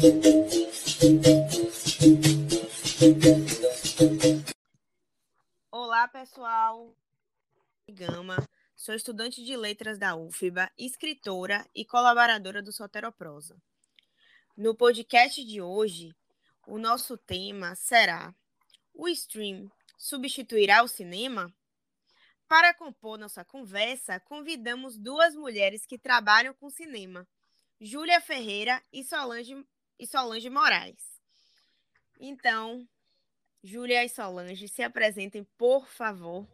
Olá, pessoal. Gama, sou estudante de letras da UFBA, escritora e colaboradora do Soteroprosa. No podcast de hoje, o nosso tema será: o stream substituirá o cinema? Para compor nossa conversa, convidamos duas mulheres que trabalham com cinema, Júlia Ferreira e Solange Moraes. Então, Júlia e Solange, se apresentem, por favor.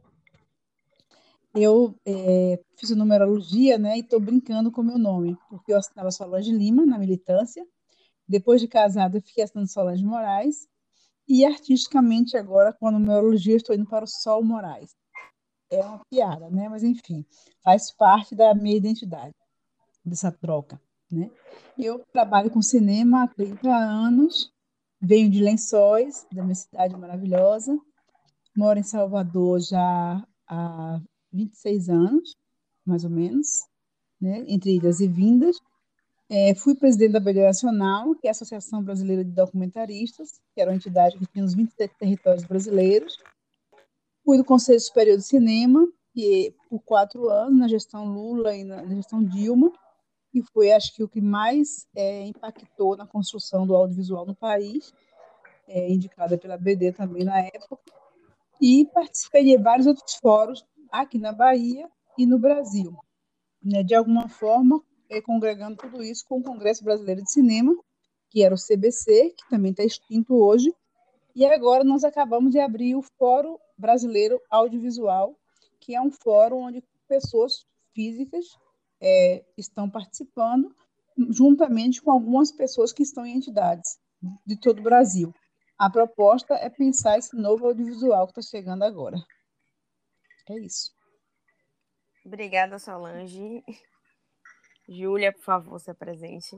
Eu fiz numerologia, né, e estou brincando com o meu nome, porque eu assinava Solange Lima na militância. Depois de casada, eu fiquei assinando Solange Moraes. E artisticamente, agora, com a numerologia, estou indo para o Sol Moraes. É uma piada, né? Mas, enfim, faz parte da minha identidade, dessa troca, né? Eu trabalho com cinema há 30 anos, venho de Lençóis, da minha cidade maravilhosa, moro em Salvador já há 26 anos, mais ou menos, né? Entre idas e vindas. Fui presidente da BD Nacional, que é a Associação Brasileira de Documentaristas, que era uma entidade que tinha os 27 territórios brasileiros. Fui do Conselho Superior de Cinema, que por 4 anos, na gestão Lula e na gestão Dilma, e foi, acho que, o que mais impactou na construção do audiovisual no país, indicada pela BD também na época. E participei de vários outros fóruns aqui na Bahia e no Brasil, né? De alguma forma, congregando tudo isso com o Congresso Brasileiro de Cinema, que era o CBC, que também está extinto hoje, e agora nós acabamos de abrir o Fórum Brasileiro Audiovisual, que é um fórum onde pessoas físicas estão participando, juntamente com algumas pessoas que estão em entidades de todo o Brasil. A proposta é pensar esse novo audiovisual que está chegando agora. É isso. Obrigada, Solange. Júlia, por favor, se apresente.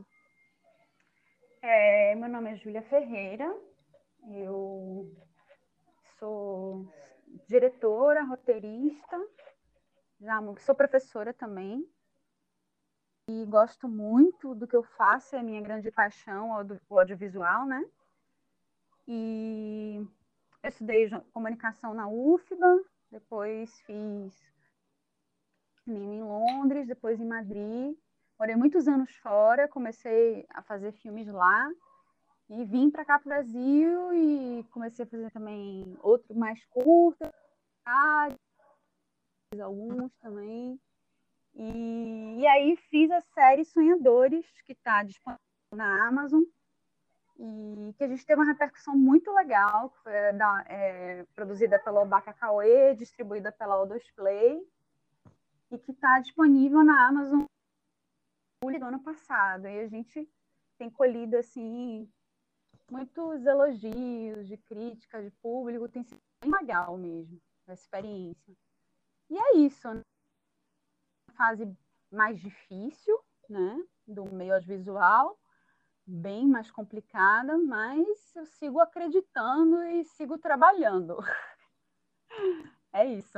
Meu nome é Júlia Ferreira, eu sou diretora, roteirista, sou professora também, e gosto muito do que eu faço, é a minha grande paixão, o audiovisual, né? E eu estudei comunicação na UFBA, depois fiz cinema em Londres, depois em Madrid. Morei muitos anos fora, comecei a fazer filmes lá e vim para cá para o Brasil e comecei a fazer também outros mais curtos, alguns também. E aí fiz a série Sonhadores, que está disponível na Amazon, e que a gente teve uma repercussão muito legal, que foi produzida pela Obaca Cauê, distribuída pela O2 Play, e que está disponível na Amazon do ano passado. E a gente tem colhido assim muitos elogios de crítica, de público, tem sido bem legal mesmo a experiência. E é isso, né? Fase mais difícil, né, do meio audiovisual, bem mais complicada, mas eu sigo acreditando e sigo trabalhando. É isso.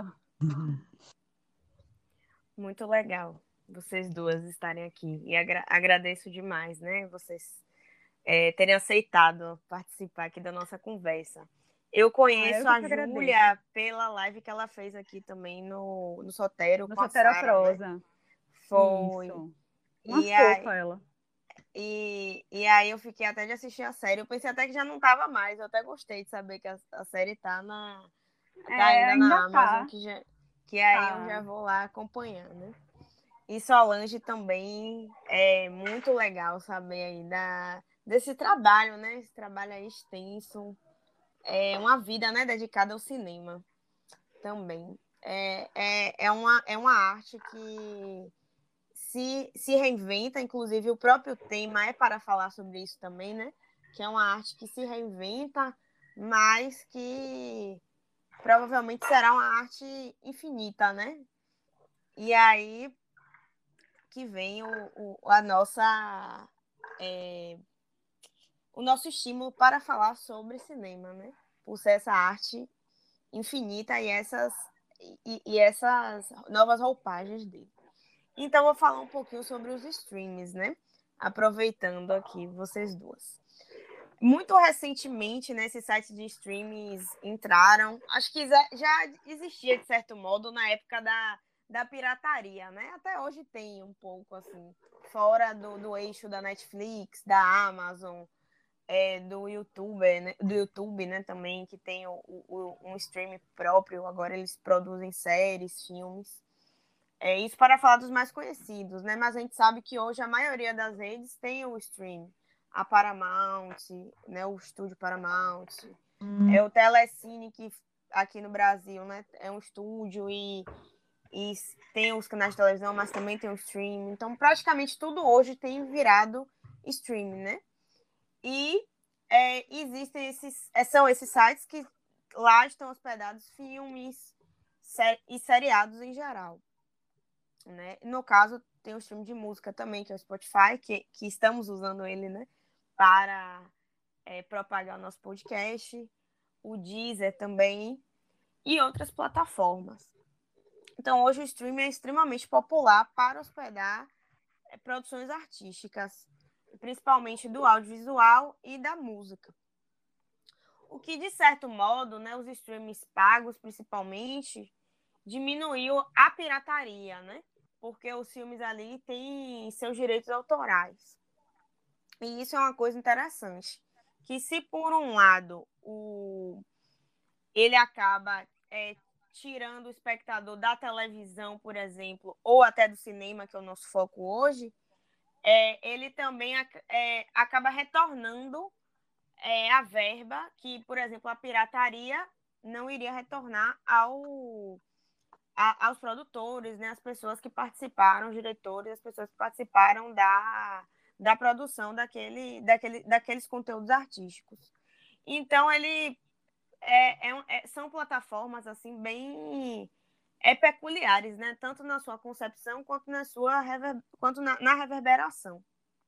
Muito legal vocês duas estarem aqui. E agradeço demais, né, vocês terem aceitado participar aqui da nossa conversa. Eu conheço a Júlia pela live que ela fez aqui também no Sotero, com a Soteroprosa. Né? Foi. Isso. Uma fofa ela. E aí eu fiquei até de assistir a série. Eu pensei até que já não estava mais. Eu até gostei de saber que a série está ainda na Amazon, que aí eu já vou lá acompanhando, né? E Solange também é muito legal saber aí desse trabalho, né? Esse trabalho aí extenso. É uma vida, né, dedicada ao cinema também. É uma arte que se reinventa, inclusive o próprio tema é para falar sobre isso também, né? Que é uma arte que se reinventa, mas que provavelmente será uma arte infinita, né? E aí que vem a nossa o nosso estímulo para falar sobre cinema, né? Por ser essa arte infinita e essas novas roupagens dele. Então, vou falar um pouquinho sobre os streams, né? Aproveitando aqui vocês duas. muito recentemente, né, esses sites de streams entraram. Acho que já existia, de certo modo, na época da pirataria, né? Até hoje tem um pouco, assim, fora do eixo da Netflix, da Amazon, do YouTube, né, também, que tem um stream próprio. Agora eles produzem séries, filmes. Isso para falar dos mais conhecidos, né? Mas a gente sabe que hoje a maioria das redes tem o stream. A Paramount, né? O estúdio Paramount. O Telecine, que aqui no Brasil, né? É um estúdio e tem os canais de televisão, mas também tem o stream. Então, praticamente tudo hoje tem virado stream, né? E existem são esses sites que lá estão hospedados filmes e seriados em geral. Né? No caso, tem o stream de música também, que é o Spotify, que estamos usando ele, né, para propagar o nosso podcast, o Deezer também, e outras plataformas. Então, hoje o streaming é extremamente popular para hospedar produções artísticas, principalmente do audiovisual e da música. O que, de certo modo, né, os streams pagos, principalmente, diminuiu a pirataria, né? Porque os filmes ali têm seus direitos autorais. E isso é uma coisa interessante. Que se, por um lado, ele acaba tirando o espectador da televisão, por exemplo, ou até do cinema, que é o nosso foco hoje, ele também acaba retornando a verba que, por exemplo, a pirataria não iria retornar aos produtores, né, as pessoas que participaram, os diretores, as pessoas que participaram da produção daqueles conteúdos artísticos. Então, ele são plataformas assim bem peculiares, né, tanto na sua concepção quanto na reverberação.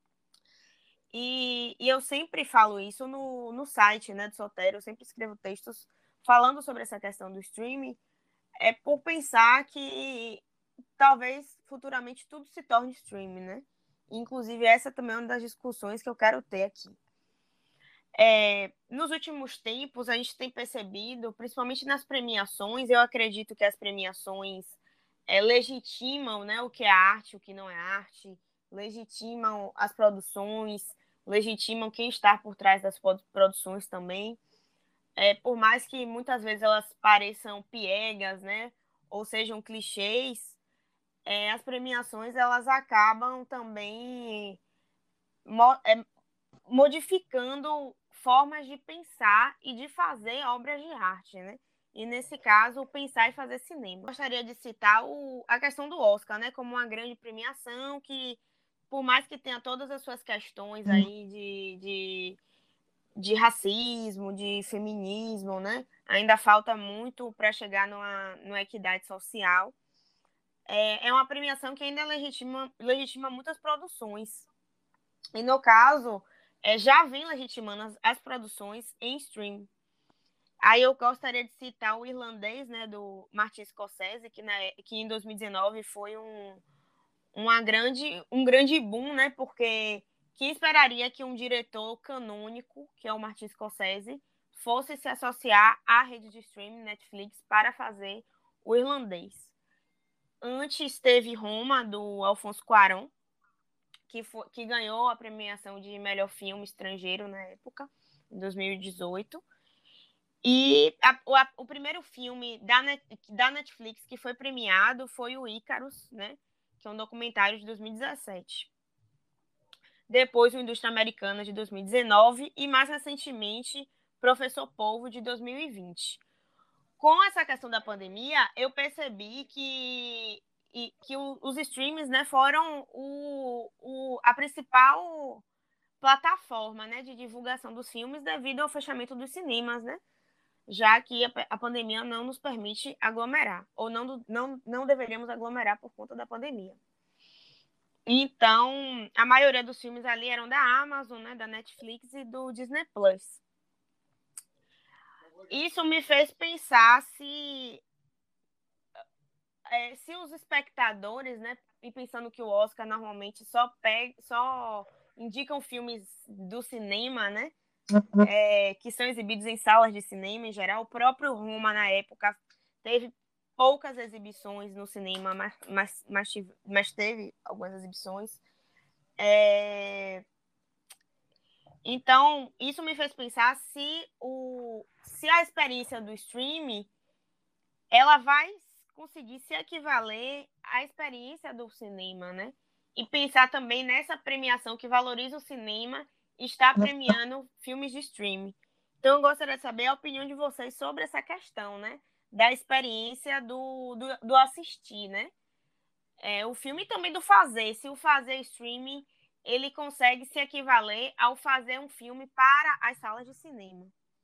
E eu sempre falo isso no site, né, do Soltero, eu sempre escrevo textos falando sobre essa questão do streaming, por pensar que talvez futuramente tudo se torne streaming, né? Inclusive, essa também é uma das discussões que eu quero ter aqui. Nos últimos tempos, a gente tem percebido, principalmente nas premiações, eu acredito que as premiações legitimam, né, o que é arte, o que não é arte, legitimam as produções, legitimam quem está por trás das produções também. Por mais que muitas vezes elas pareçam piegas, né, ou sejam clichês, as premiações elas acabam também modificando formas de pensar e de fazer obras de arte, né? E nesse caso, pensar e fazer cinema. Gostaria de citar a questão do Oscar, né, como uma grande premiação que, por mais que tenha todas as suas questões aí de racismo, de feminismo, né, ainda falta muito para chegar numa equidade social. É uma premiação que ainda legitima muitas produções. E, no caso, já vem legitimando as produções em stream. Aí eu gostaria de citar o Irlandês, né, do Martin Scorsese, que em 2019 foi um grande boom, né, porque quem esperaria que um diretor canônico, que é o Martin Scorsese, fosse se associar à rede de streaming Netflix para fazer o Irlandês. Antes teve Roma, do Alfonso Cuarón, que ganhou a premiação de melhor filme estrangeiro na época, em 2018. E o primeiro filme da Netflix que foi premiado foi o Ícaros, né, que é um documentário de 2017. Depois, o Indústria Americana, de 2019. E, mais recentemente, Professor Polvo, de 2020. Com essa questão da pandemia, eu percebi que os streams, né, foram a principal plataforma, né, de divulgação dos filmes devido ao fechamento dos cinemas, né, já que a pandemia não nos permite aglomerar, ou não deveríamos aglomerar por conta da pandemia. Então, a maioria dos filmes ali eram da Amazon, né, da Netflix e do Disney Plus. Isso me fez pensar se os espectadores, né, e pensando que o Oscar normalmente só indicam filmes do cinema, né, que são exibidos em salas de cinema em geral. O próprio Roma, na época, teve poucas exibições no cinema, mas teve algumas exibições. Então, isso me fez pensar se a experiência do streaming ela vai conseguir se equivaler à experiência do cinema, né? E pensar também nessa premiação que valoriza o cinema e está premiando filmes de streaming. Então, eu gostaria de saber a opinião de vocês sobre essa questão, né? Da experiência do assistir, né? O filme e também do fazer. Se o fazer streaming, ele consegue se equivaler ao fazer um filme para as salas de cinema.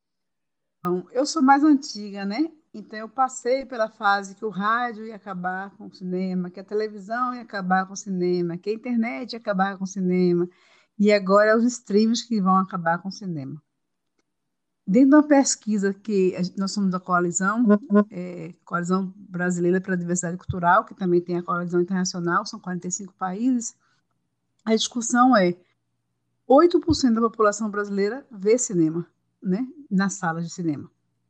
Eu sou mais antiga, né? Então eu passei pela fase que o rádio ia acabar com o cinema, que a televisão ia acabar com o cinema, que a internet ia acabar com o cinema, e agora é os streams que vão acabar com o cinema. Dentro de uma pesquisa que nós somos da Coalizão Brasileira para a Diversidade Cultural, que também tem a Coalizão Internacional, são 45 países, a discussão é 8% da população brasileira vê cinema, né, nas salas de cinema.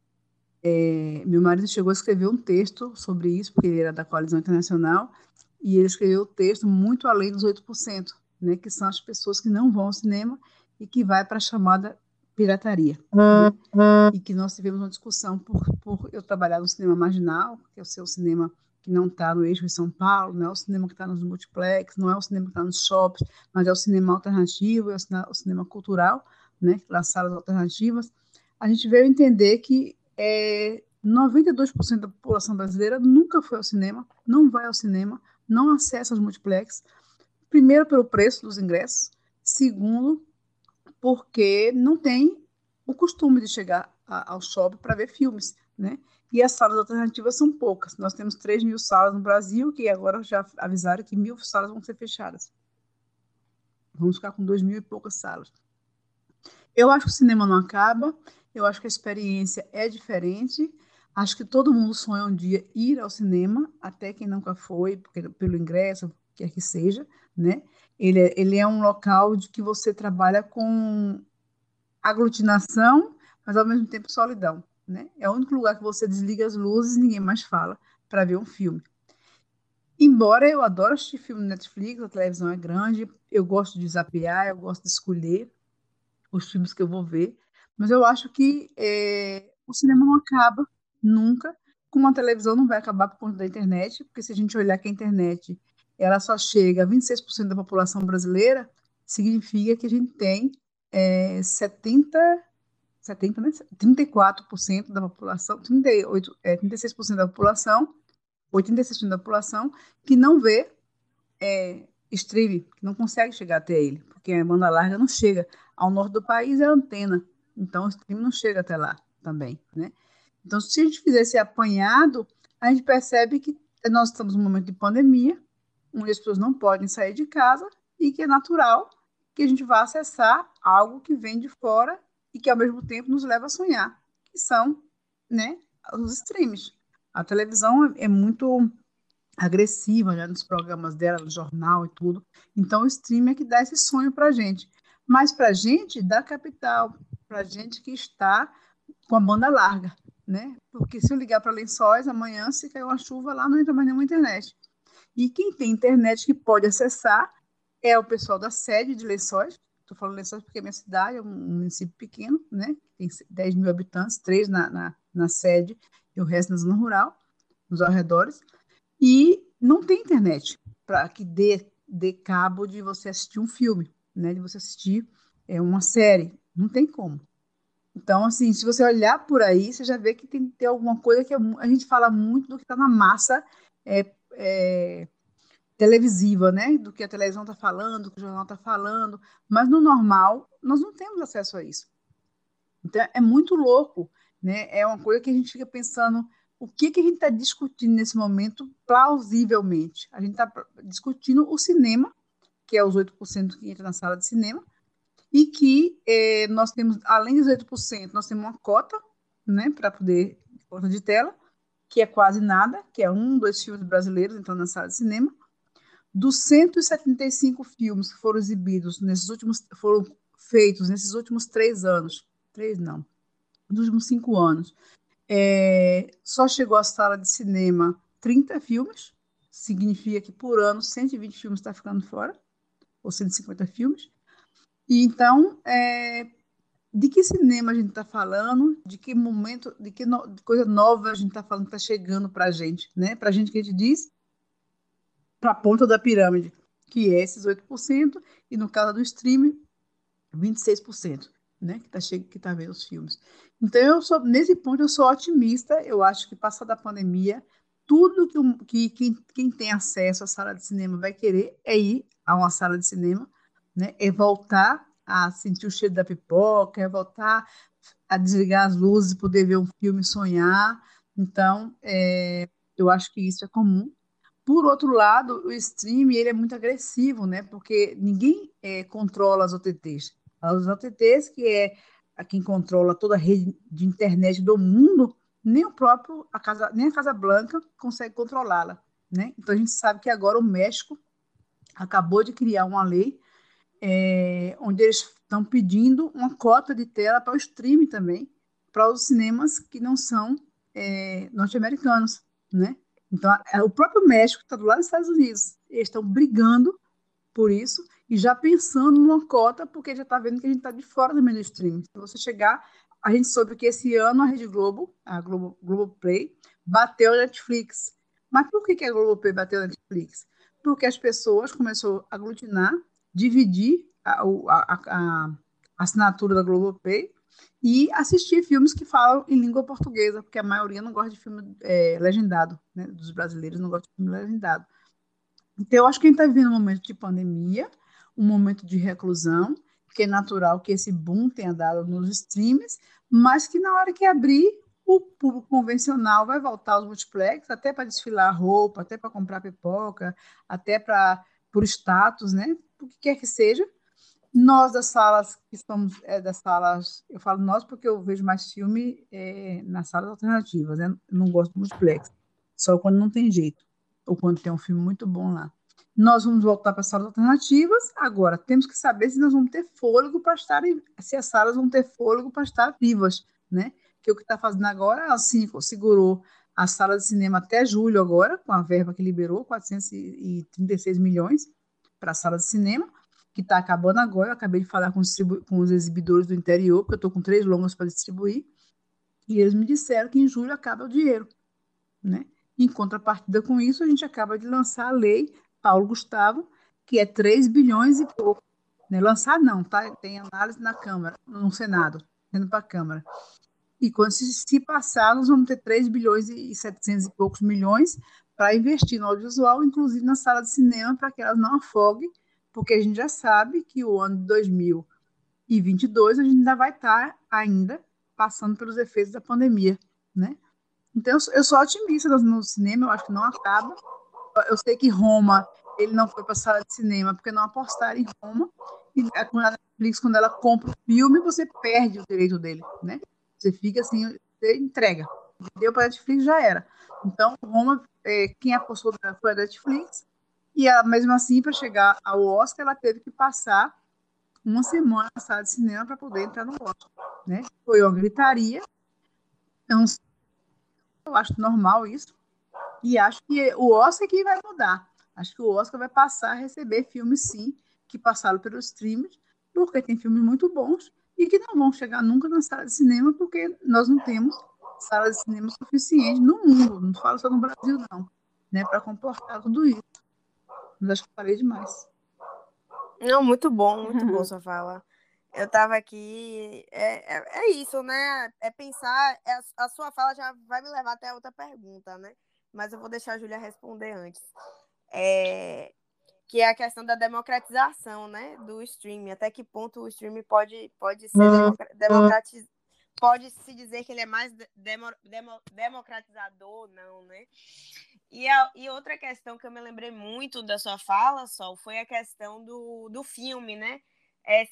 Meu marido chegou a escrever um texto sobre isso, porque ele era da Coalizão Internacional, e ele escreveu um texto muito além dos 8%, né, que são as pessoas que não vão ao cinema e que vai para a chamada pirataria. Né? E que nós tivemos uma discussão por eu trabalhar no cinema marginal, que é o seu cinema que não está no eixo de São Paulo, não é o cinema que está nos multiplex, não é o cinema que está nos shoppings, mas é o cinema alternativo, é o cinema cultural, né, nas salas alternativas. A gente veio entender que 92% da população brasileira nunca foi ao cinema, não vai ao cinema, não acessa os multiplex. Primeiro, pelo preço dos ingressos. Segundo, porque não tem o costume de chegar ao shopping para ver filmes, né? E as salas alternativas são poucas. Nós temos 3.000 salas no Brasil, que agora já avisaram que 1.000 salas vão ser fechadas. Vamos ficar com 2.000 e poucas salas. Eu acho que o cinema não acaba, eu acho que a experiência é diferente, acho que todo mundo sonha um dia ir ao cinema, até quem nunca foi, pelo ingresso, quer que seja, né? Ele é um local de que você trabalha com aglutinação, mas ao mesmo tempo solidão, né? É o único lugar que você desliga as luzes e ninguém mais fala para ver um filme. Embora eu adore assistir filme no Netflix, a televisão é grande, eu gosto de zapear, eu gosto de escolher os filmes que eu vou ver, mas eu acho que o cinema não acaba nunca, como a televisão não vai acabar por conta da internet, porque se a gente olhar que a internet ela só chega a 26% da população brasileira, significa que a gente tem 70, né? 34% da população, 36% da população, 86% da população que não vê streaming, que não consegue chegar até ele, porque a banda larga não chega. Ao norte do país é antena, então o streaming não chega até lá também, né? Então, se a gente fizer esse apanhado, a gente percebe que nós estamos num momento de pandemia, onde as pessoas não podem sair de casa e que é natural que a gente vá acessar algo que vem de fora e que, ao mesmo tempo, nos leva a sonhar, que são, né, os streams. A televisão é muito agressiva, né, nos programas dela, no jornal e tudo. Então, o streaming é que dá esse sonho para a gente. Mas para a gente da capital, para a gente que está com a banda larga, né? Porque se eu ligar para Lençóis, amanhã, se cair uma chuva lá, não entra mais nenhuma internet. E quem tem internet que pode acessar é o pessoal da sede de Lençóis. Estou falando Lençóis porque a minha cidade é um município pequeno, né? Tem 10.000 habitantes, 3 na sede e o resto na zona rural, nos arredores. E não tem internet para que dê cabo de você assistir um filme, né? De você assistir uma série. Não tem como. Então, assim, se você olhar por aí, você já vê que tem que ter alguma coisa que a gente fala muito do que está na massa televisiva, né? Do que a televisão está falando, do que o jornal está falando, mas no normal nós não temos acesso a isso. Então é muito louco, né? É uma coisa que a gente fica pensando o que a gente está discutindo nesse momento plausivelmente. A gente está discutindo o cinema, que é os 8% que entra na sala de cinema, e que nós temos, além dos 8%, nós temos uma cota, né, para poder, cota de tela, que é quase nada, que é 2 filmes brasileiros entrando na sala de cinema. Dos 175 filmes que foram exibidos nesses últimos, foram feitos nesses últimos 3 anos. 3 não, nos últimos 5 anos. Só chegou à sala de cinema 30 filmes, significa que por ano 120 filmes está ficando fora, ou 150 filmes. E então, de que cinema a gente está falando, de que momento, de coisa nova a gente está falando que está chegando para a gente, né? Para a gente que a gente diz, para a ponta da pirâmide, que é esses 8%, e no caso do streaming, 26%, né? Que tá vendo os filmes. Então, nesse ponto, eu sou otimista. Eu acho que, passada a pandemia, tudo que quem tem acesso à sala de cinema vai querer é ir a uma sala de cinema, né? É voltar a sentir o cheiro da pipoca, é voltar a desligar as luzes, poder ver um filme, sonhar. Então, eu acho que isso é comum. Por outro lado, o streaming ele é muito agressivo, né? Porque ninguém controla as OTTs. As OTTs, que é a quem controla toda a rede de internet do mundo, nem nem a Casa Blanca consegue controlá-la, né? Então a gente sabe que agora o México acabou de criar uma lei onde eles estão pedindo uma cota de tela para o streaming também, para os cinemas que não são norte-americanos, né? Então, o próprio México está do lado dos Estados Unidos. Eles estão brigando por isso e já pensando numa cota, porque já está vendo que a gente está de fora também do streaming. Se você chegar, a gente soube que esse ano a Rede Globo, a Globoplay, bateu a Netflix. Mas por que a Globoplay bateu a Netflix? Porque as pessoas começaram a aglutinar, dividir a assinatura da Globoplay e assistir filmes que falam em língua portuguesa, porque a maioria não gosta de filme legendado, né? Dos brasileiros não gostam de filme legendado. Então, eu acho que a gente está vivendo um momento de pandemia, um momento de reclusão, que é natural que esse boom tenha dado nos streams, mas que na hora que abrir, o público convencional vai voltar aos multiplex, até para desfilar roupa, até para comprar pipoca, até por status, né? O que quer que seja. Nós das salas, que somos das salas, eu falo nós porque eu vejo mais filme nas salas alternativas, né? Eu não gosto de multiplex, só quando não tem jeito, ou quando tem um filme muito bom lá. Nós vamos voltar para as salas alternativas, agora temos que saber se nós vamos ter fôlego para estar, se as salas vão ter fôlego para estar vivas, né? Que o que está fazendo agora, assim, segurou a sala de cinema até julho agora, com a verba que liberou, 436 milhões para a sala de cinema, que está acabando agora. Eu acabei de falar com os exibidores do interior, porque eu estou com 3 longas para distribuir, e eles me disseram que em julho acaba o dinheiro, né? Em contrapartida com isso, a gente acaba de lançar a lei Paulo Gustavo, que é 3 bilhões e pouco. Né? Lançar não, tá? Tem análise na Câmara, no Senado, indo para a Câmara. E quando se passar, nós vamos ter 3 bilhões e 700 e poucos milhões para investir no audiovisual, inclusive na sala de cinema, para que elas não afoguem, porque a gente já sabe que o ano de 2022 a gente ainda vai estar ainda passando pelos efeitos da pandemia, né? Então, eu sou otimista no cinema, eu acho que não acaba. Eu sei que Roma, ele não foi para a sala de cinema porque não apostaram em Roma, e a Netflix, quando ela compra o filme, você perde o direito dele, né? Você fica assim, você entrega. Deu para a Netflix, já era. Então, Roma, quem apostou foi a Netflix, e ela, mesmo assim, para chegar ao Oscar, ela teve que passar uma semana na sala de cinema para poder entrar no Oscar, né? Foi uma gritaria. Então, eu acho normal isso. E acho que o Oscar que vai mudar. Acho que o Oscar vai passar a receber filmes, sim, que passaram pelos streams, porque tem filmes muito bons e que não vão chegar nunca na sala de cinema, porque nós não temos sala de cinema suficiente no mundo, não falo só no Brasil, não, né, para comportar tudo isso. Mas acho que falei demais. Não, muito bom sua fala. Eu estava aqui. É isso, né? É pensar. A sua fala já vai me levar até a outra pergunta, né? Mas eu vou deixar a Júlia responder antes. Que é a questão da democratização, né? Do streaming. Até que ponto o streaming pode ser democratizado. Pode-se dizer que ele é mais democratizador, não, né? E outra questão que eu me lembrei muito da sua fala, Sol, foi a questão do filme, né?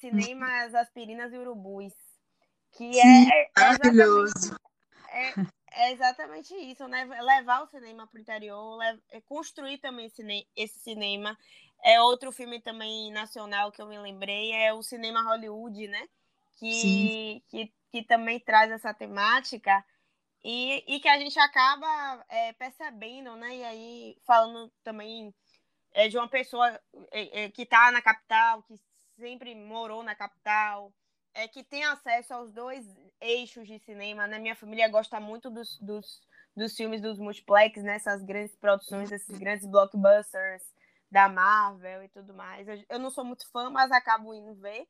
Cinemas, Aspirinas e Urubus. Que Sim, maravilhoso. é exatamente isso, né? Levar o cinema para o interior, construir também esse cinema. É outro filme também nacional que eu me lembrei, é o Cinema Hollywood, né? Sim. Que também traz essa temática e que a gente acaba percebendo, né? E aí, falando também de uma pessoa que está na capital, que sempre morou na capital, que tem acesso aos dois eixos de cinema, né? Minha família gosta muito dos filmes dos multiplex, né? Essas grandes produções, esses grandes blockbusters da Marvel e tudo mais. Eu não sou muito fã, mas acabo indo ver.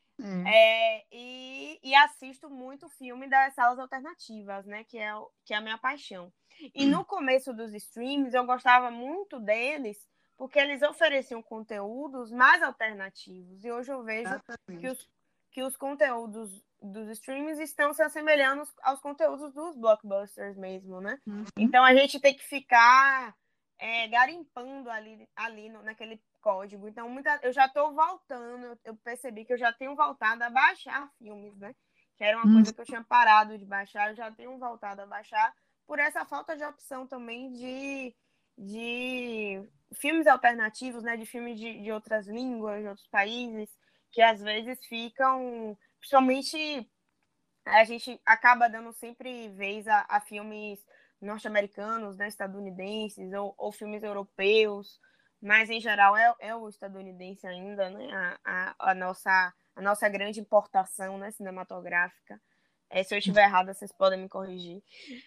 E assisto muito filme das salas alternativas, né? Que é a minha paixão. E no começo dos streams, eu gostava muito deles, porque eles ofereciam conteúdos mais alternativos. E hoje eu vejo que os conteúdos dos streams estão se assemelhando aos conteúdos dos blockbusters mesmo, né? Uhum. Então a gente tem que ficar garimpando ali naquele código. Então, eu já estou voltando, eu percebi que eu já tenho voltado a baixar filmes, né? Que era uma coisa que eu tinha parado de baixar, eu já tenho voltado a baixar por essa falta de opção também de filmes alternativos, né? De filmes de outras línguas, de outros países, que às vezes ficam, principalmente a gente acaba dando sempre vez a filmes norte-americanos, né, estadunidenses, ou filmes europeus, mas em geral é o estadunidense ainda, né, a nossa grande importação, né, cinematográfica. Se eu estiver errada, vocês podem me corrigir.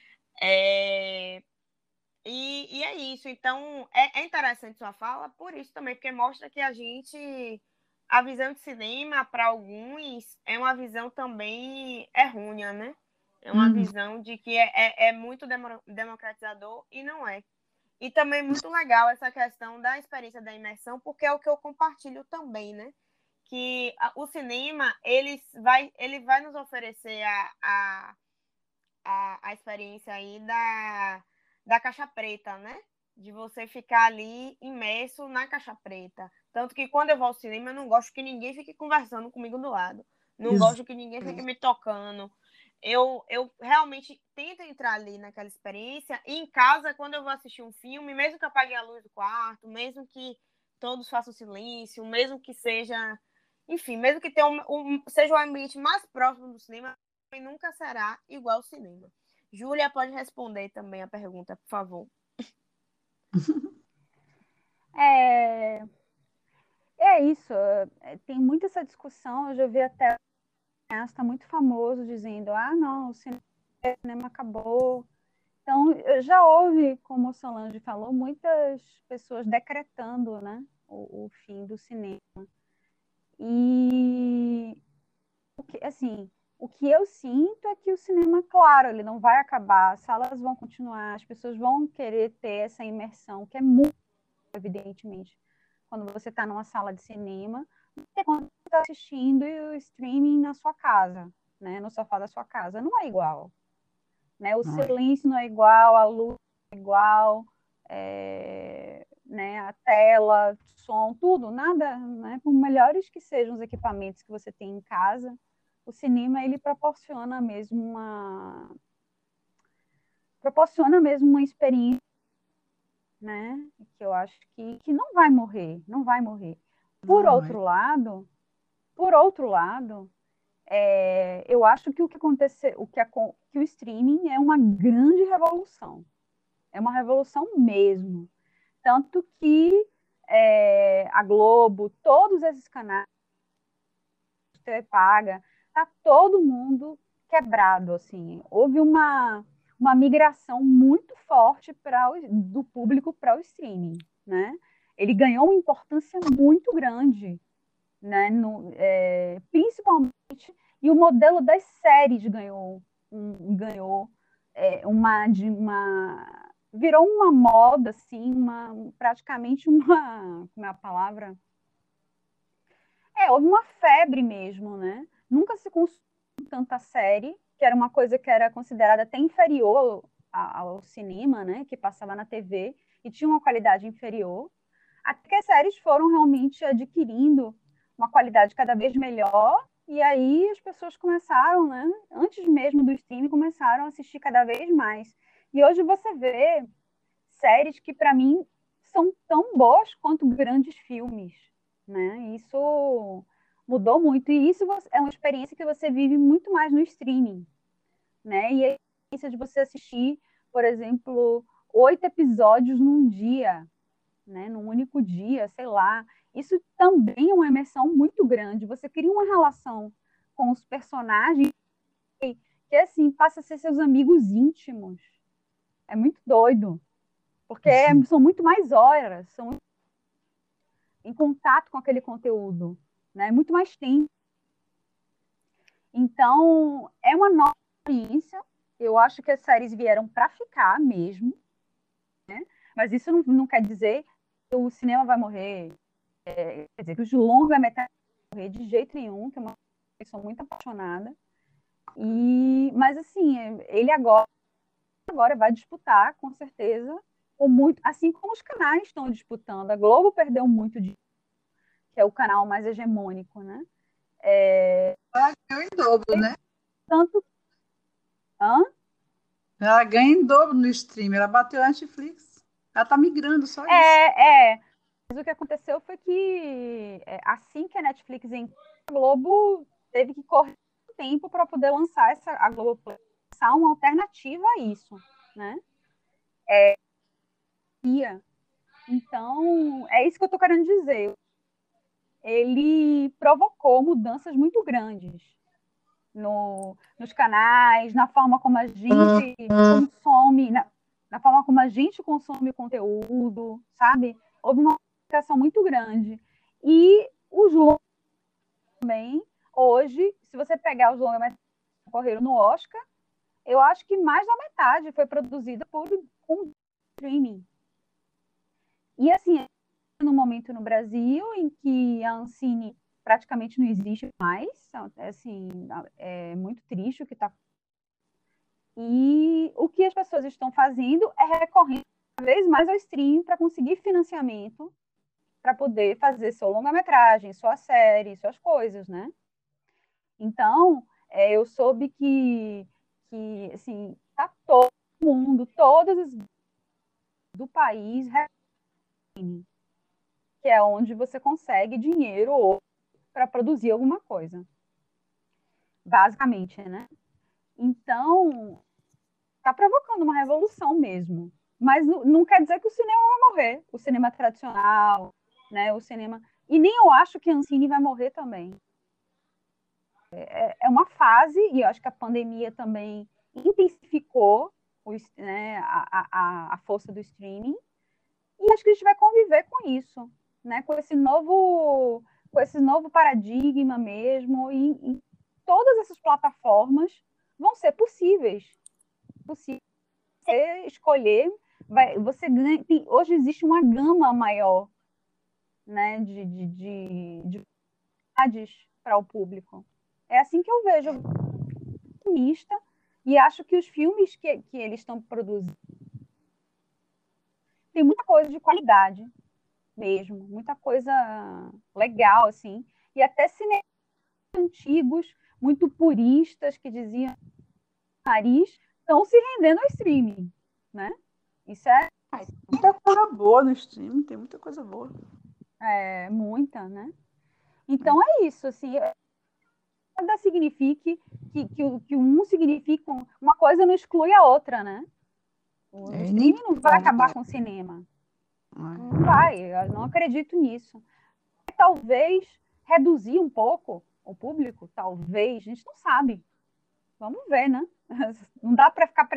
E é isso. Então, é interessante sua fala, por isso também, porque mostra que a visão de cinema, para alguns, é uma visão também errônea, né? É uma visão de que é muito democratizador e não é. E também muito legal essa questão da experiência da imersão, porque é o que eu compartilho também, né? Que o cinema, ele vai nos oferecer a experiência aí da caixa preta, né? De você ficar ali imerso na caixa preta. Tanto que quando eu vou ao cinema, eu não gosto que ninguém fique conversando comigo do lado. Não gosto que ninguém fique me tocando. Eu realmente tento entrar ali naquela experiência. E em casa, quando eu vou assistir um filme, mesmo que eu apague a luz do quarto, mesmo que todos façam silêncio, mesmo que seja... Enfim, mesmo que tenha seja o ambiente mais próximo do cinema, nunca será igual ao cinema. Júlia pode responder também a pergunta, por favor. É isso. Tem muito essa discussão. Eu já vi até está muito famoso dizendo: não, o cinema acabou. Então, já houve, como o Solange falou, muitas pessoas decretando, né, o fim do cinema. E assim, o que eu sinto é que o cinema, claro, ele não vai acabar, as salas vão continuar, as pessoas vão querer ter essa imersão, que é muito, evidentemente, quando você está numa sala de cinema, e quando você está assistindo o streaming na sua casa, né, no sofá da sua casa, não é igual. Né? O silêncio não é igual, a luz não é igual, né, a tela, o som, tudo, nada, né? Por melhores que sejam os equipamentos que você tem em casa, o cinema ele proporciona mesmo uma experiência, né? Que eu acho que não vai morrer, não vai morrer. Por outro lado, eu acho que o que aconteceu, que o streaming é uma grande revolução. É uma revolução mesmo. Tanto que a Globo, todos esses canais, TV paga, tá todo mundo quebrado, assim. Houve uma migração muito forte do público para o streaming, né? Ele ganhou uma importância muito grande, né? Principalmente, e o modelo das séries ganhou virou uma moda, assim, praticamente como é a palavra? Houve uma febre mesmo, né? Nunca se consumiu tanta série, que era uma coisa que era considerada até inferior ao cinema, né? Que passava na TV e tinha uma qualidade inferior. Até que as séries foram realmente adquirindo uma qualidade cada vez melhor E aí as pessoas começaram, né? Antes mesmo do streaming, começaram a assistir cada vez mais. E hoje você vê séries que, para mim, são tão boas quanto grandes filmes, né? Isso mudou muito. E isso é uma experiência que você vive muito mais no streaming, né? E a experiência de você assistir, por exemplo, 8 episódios num dia, né? Num único dia, sei lá. Isso também é uma imersão muito grande. Você cria uma relação com os personagens que, assim, passa a ser seus amigos íntimos. É muito doido, porque são muito mais horas, são em contato com aquele conteúdo, né? Muito mais tempo. Então, é uma nova experiência. Eu acho que as séries vieram para ficar mesmo, né? Mas isso não quer dizer que o cinema vai morrer, quer dizer, que os longa-metragens vão morrer de jeito nenhum, que é uma coisa que eu sou muito apaixonada. Mas, assim, ele agora vai disputar, com certeza, ou muito, assim como os canais estão disputando. A Globo perdeu muito, que é o canal mais hegemônico, né? Ela ganhou em dobro, né? Tanto. Hã? Ela ganha em dobro no stream. Ela bateu a Netflix. Ela tá migrando, só isso. Mas o que aconteceu foi que, assim que a Netflix entrou, a Globo teve que correr tempo para poder lançar a Globo Play, lançar uma alternativa a isso, né? Então, é isso que eu estou querendo dizer. Ele provocou mudanças muito grandes nos canais, na forma como a gente consome, na forma como a gente consome conteúdo, sabe? Houve uma modificação muito grande. E os longas também, hoje, se você pegar os longas que ocorreram no Oscar, eu acho que mais da metade foi produzida por um streaming. E assim, no momento no Brasil em que a Ancine praticamente não existe mais, assim, é muito triste o que está. E o que as pessoas estão fazendo é recorrendo cada vez mais ao streaming para conseguir financiamento para poder fazer sua longa-metragem, sua série, suas coisas, né? Então, eu soube que assim, tá todo mundo, todas as do país, que é onde você consegue dinheiro para produzir alguma coisa, basicamente, né? Então, está provocando uma revolução mesmo. Mas não quer dizer que o cinema vai morrer. O cinema tradicional, né? O cinema. E nem eu acho que a Ancine vai morrer também. É uma fase, e eu acho que a pandemia também intensificou né, a força do streaming. E acho que a gente vai conviver com isso, né? Com esse novo paradigma mesmo. E todas essas plataformas vão ser possíveis. Você escolher, você ganha, hoje existe uma gama maior, né, de para o público. É assim que eu vejo mista, e acho que os filmes que eles estão produzindo tem muita coisa de qualidade mesmo, muita coisa legal, assim, e até cinemas antigos, muito puristas, que diziam nariz, estão se rendendo ao streaming, né? Isso é muita coisa boa no streaming, tem muita coisa boa. Muita, né? Então é isso, assim, nada signifique que um significa uma coisa não exclui a outra, né? O streaming não vai acabar com o cinema. Não vai, eu não acredito nisso. Talvez reduzir um pouco o público, talvez, a gente não sabe. Vamos ver, né? Não dá para ficar.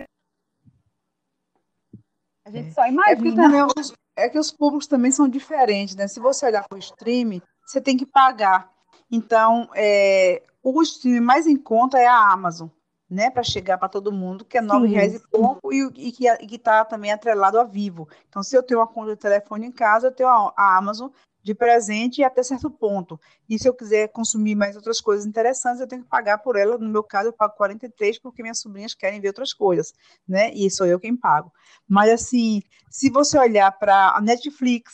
A gente só imagina. É que os públicos também são diferentes, né? Se você olhar para o streaming, você tem que pagar. Então, o streaming mais em conta é a Amazon, né? Para chegar para todo mundo, que é R$9 e pouco, e que está também atrelado a Vivo. Então, se eu tenho uma conta de telefone em casa, eu tenho a Amazon de presente até certo ponto. E se eu quiser consumir mais outras coisas interessantes, eu tenho que pagar por ela. No meu caso, eu pago 43 porque minhas sobrinhas querem ver outras coisas, né? E sou eu quem pago. Mas, assim, se você olhar para a Netflix,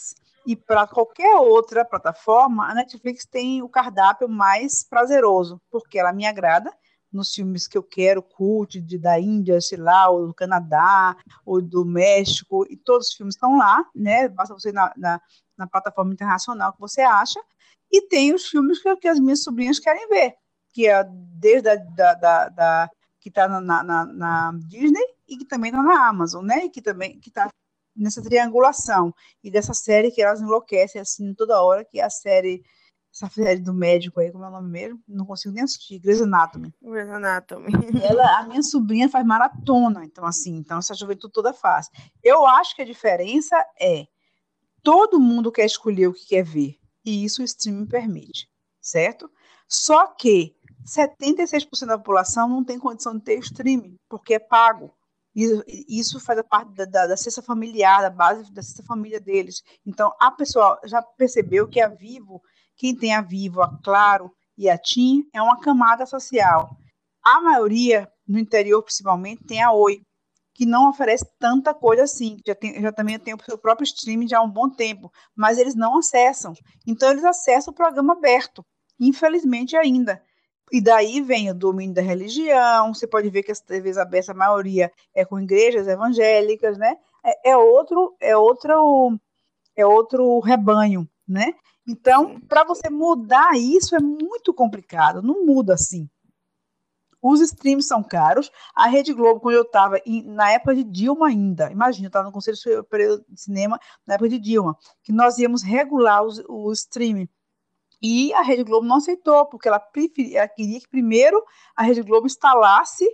E para qualquer outra plataforma, a Netflix tem o cardápio mais prazeroso, porque ela me agrada nos filmes que eu quero, cult, da Índia, sei lá, ou do Canadá, ou do México, e todos os filmes estão lá, né? Basta você ir na plataforma internacional que você acha, e tem os filmes que as minhas sobrinhas querem ver, que é desde que está na Disney e que também está na Amazon, né? E que também está nessa triangulação. E dessa série que elas enlouquecem assim toda hora, que é essa série do médico aí, como é o nome mesmo? Não consigo nem assistir, Grey's Anatomy. Grey's Anatomy. A minha sobrinha faz maratona, então assim, então essa juventude toda faz. Eu acho que a diferença é todo mundo quer escolher o que quer ver, e isso o streaming permite, certo? Só que 76% da população não tem condição de ter streaming, porque é pago. Isso faz parte da cesta familiar, da base da cesta família deles. Então, a pessoa já percebeu que a Vivo, quem tem a Vivo, a Claro e a TIM, é uma camada social. A maioria, no interior principalmente, tem a Oi, que não oferece tanta coisa assim, já também tem o seu próprio streaming já há um bom tempo, mas eles não acessam. Então, eles acessam o programa aberto, infelizmente ainda. E daí vem o domínio da religião, você pode ver que as TVs abertas, a maioria é com igrejas evangélicas, né? É outro rebanho, né? Então, para você mudar isso é muito complicado, não muda assim. Os streams são caros. A Rede Globo, quando eu estava na época de Dilma ainda, imagina, eu estava no Conselho Superior de Cinema na época de Dilma, que nós íamos regular o streaming. E a Rede Globo não aceitou, porque ela queria que primeiro a Rede Globo instalasse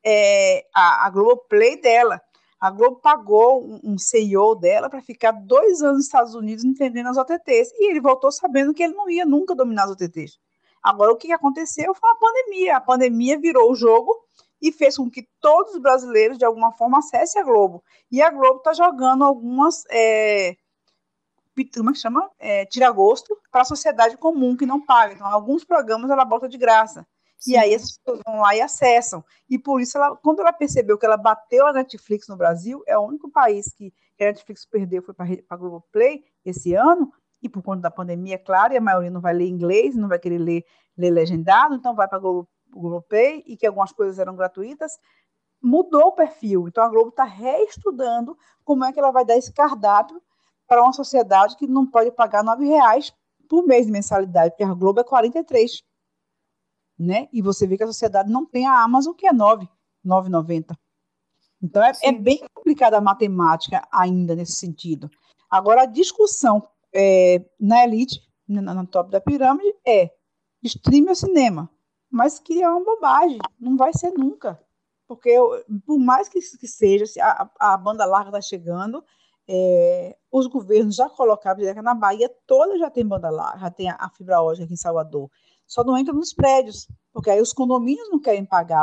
a Globoplay dela. A Globo pagou um CEO dela para ficar 2 anos nos Estados Unidos entendendo as OTTs. E ele voltou sabendo que ele não ia nunca dominar as OTTs. Agora, o que aconteceu foi a pandemia. A pandemia virou o jogo e fez com que todos os brasileiros, de alguma forma, acessem a Globo. E a Globo está jogando algumas... como é que chama? Tira-gosto para a sociedade comum que não paga. Então, alguns programas ela bota de graça. Sim. E aí as pessoas vão lá e acessam. E por isso, quando ela percebeu que ela bateu a Netflix no Brasil, é o único país que a Netflix perdeu, foi para a Globoplay esse ano, e por conta da pandemia, claro, e a maioria não vai ler inglês, não vai querer ler legendado, então vai para a Globoplay, e que algumas coisas eram gratuitas, mudou o perfil. Então, a Globo está reestudando como é que ela vai dar esse cardápio para uma sociedade que não pode pagar R$9 por mês de mensalidade, porque a Globo é 43, né? E você vê que a sociedade não tem a Amazon, que é 9,90. Então, é bem complicada a matemática ainda nesse sentido. Agora, a discussão na elite, no top da pirâmide, é stream ou cinema. Mas que é uma bobagem, não vai ser nunca. Porque, por mais que seja, a banda larga está chegando, os governos já colocaram, na Bahia toda já tem banda larga, já tem a fibra ótica aqui em Salvador. Só não entra nos prédios, porque aí os condomínios não querem pagar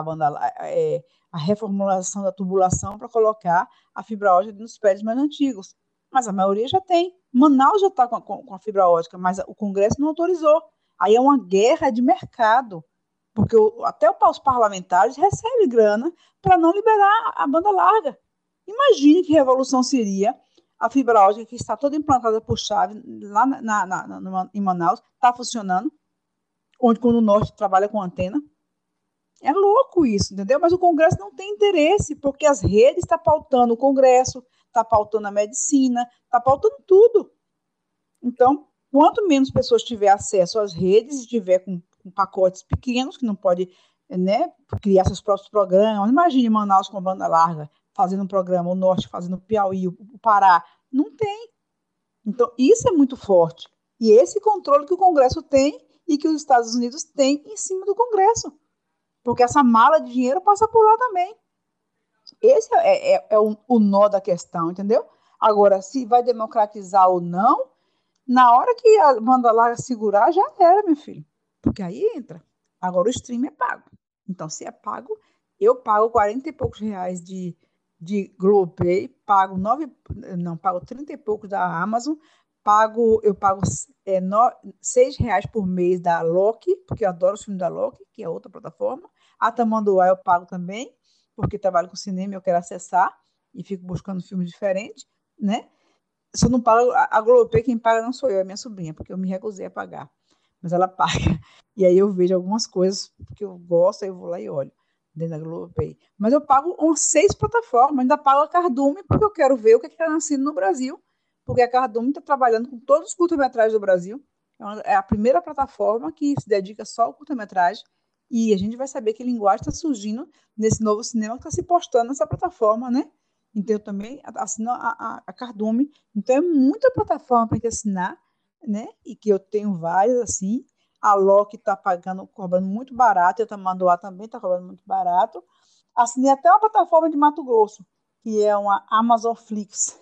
a reformulação da tubulação para colocar a fibra ótica nos prédios mais antigos. Mas a maioria já tem. Manaus já está com a fibra ótica, mas o Congresso não autorizou. Aí é uma guerra de mercado, porque até os parlamentares recebem grana para não liberar a banda larga. Imagine que revolução seria a fibra ótica que está toda implantada por chave lá em Manaus, está funcionando, onde quando o Norte trabalha com antena. É louco isso, entendeu? Mas o Congresso não tem interesse, porque as redes estão pautando o Congresso, está pautando a medicina, está pautando tudo. Então, quanto menos pessoas tiver acesso às redes, tiver com pacotes pequenos, que não pode, né, criar seus próprios programas. Imagine Manaus com banda larga, fazendo um programa, o Norte fazendo o Piauí, o Pará. Não tem. Então, isso é muito forte. E esse controle que o Congresso tem e que os Estados Unidos têm em cima do Congresso. Porque essa mala de dinheiro passa por lá também. Esse é o nó da questão, entendeu? Agora, se vai democratizar ou não, na hora que a banda larga segurar, já era, meu filho. Porque aí entra. Agora o stream é pago. Então, se é pago, eu pago 40 e poucos reais de Globoplay, pago pago 30 e poucos da Amazon, eu pago R$6 por mês da Loki, porque eu adoro os filmes da Loki, que é outra plataforma. A Tamanduá eu pago também, porque trabalho com cinema e eu quero acessar, e fico buscando filmes diferentes, né? se eu não pago, a Globoplay quem paga não sou eu, é minha sobrinha, porque eu me recusei a pagar. Mas ela paga. E aí eu vejo algumas coisas que eu gosto, aí eu vou lá e olho dentro da Globoplay. Mas eu pago umas 6 plataformas, ainda pago a Cardume, porque eu quero ver o que está nascendo no Brasil, porque a Cardume está trabalhando com todos os curta-metragens do Brasil. É a primeira plataforma que se dedica só ao curta-metragem, e a gente vai saber que linguagem está surgindo nesse novo cinema que está se postando nessa plataforma, né? Então, eu também assino a Cardume. Então, é muita plataforma para assinar, né? E que eu tenho várias, assim. A Loki está cobrando muito barato, e a Tamanduá também está cobrando muito barato. Assinei até uma plataforma de Mato Grosso, que é uma Amazon Flix.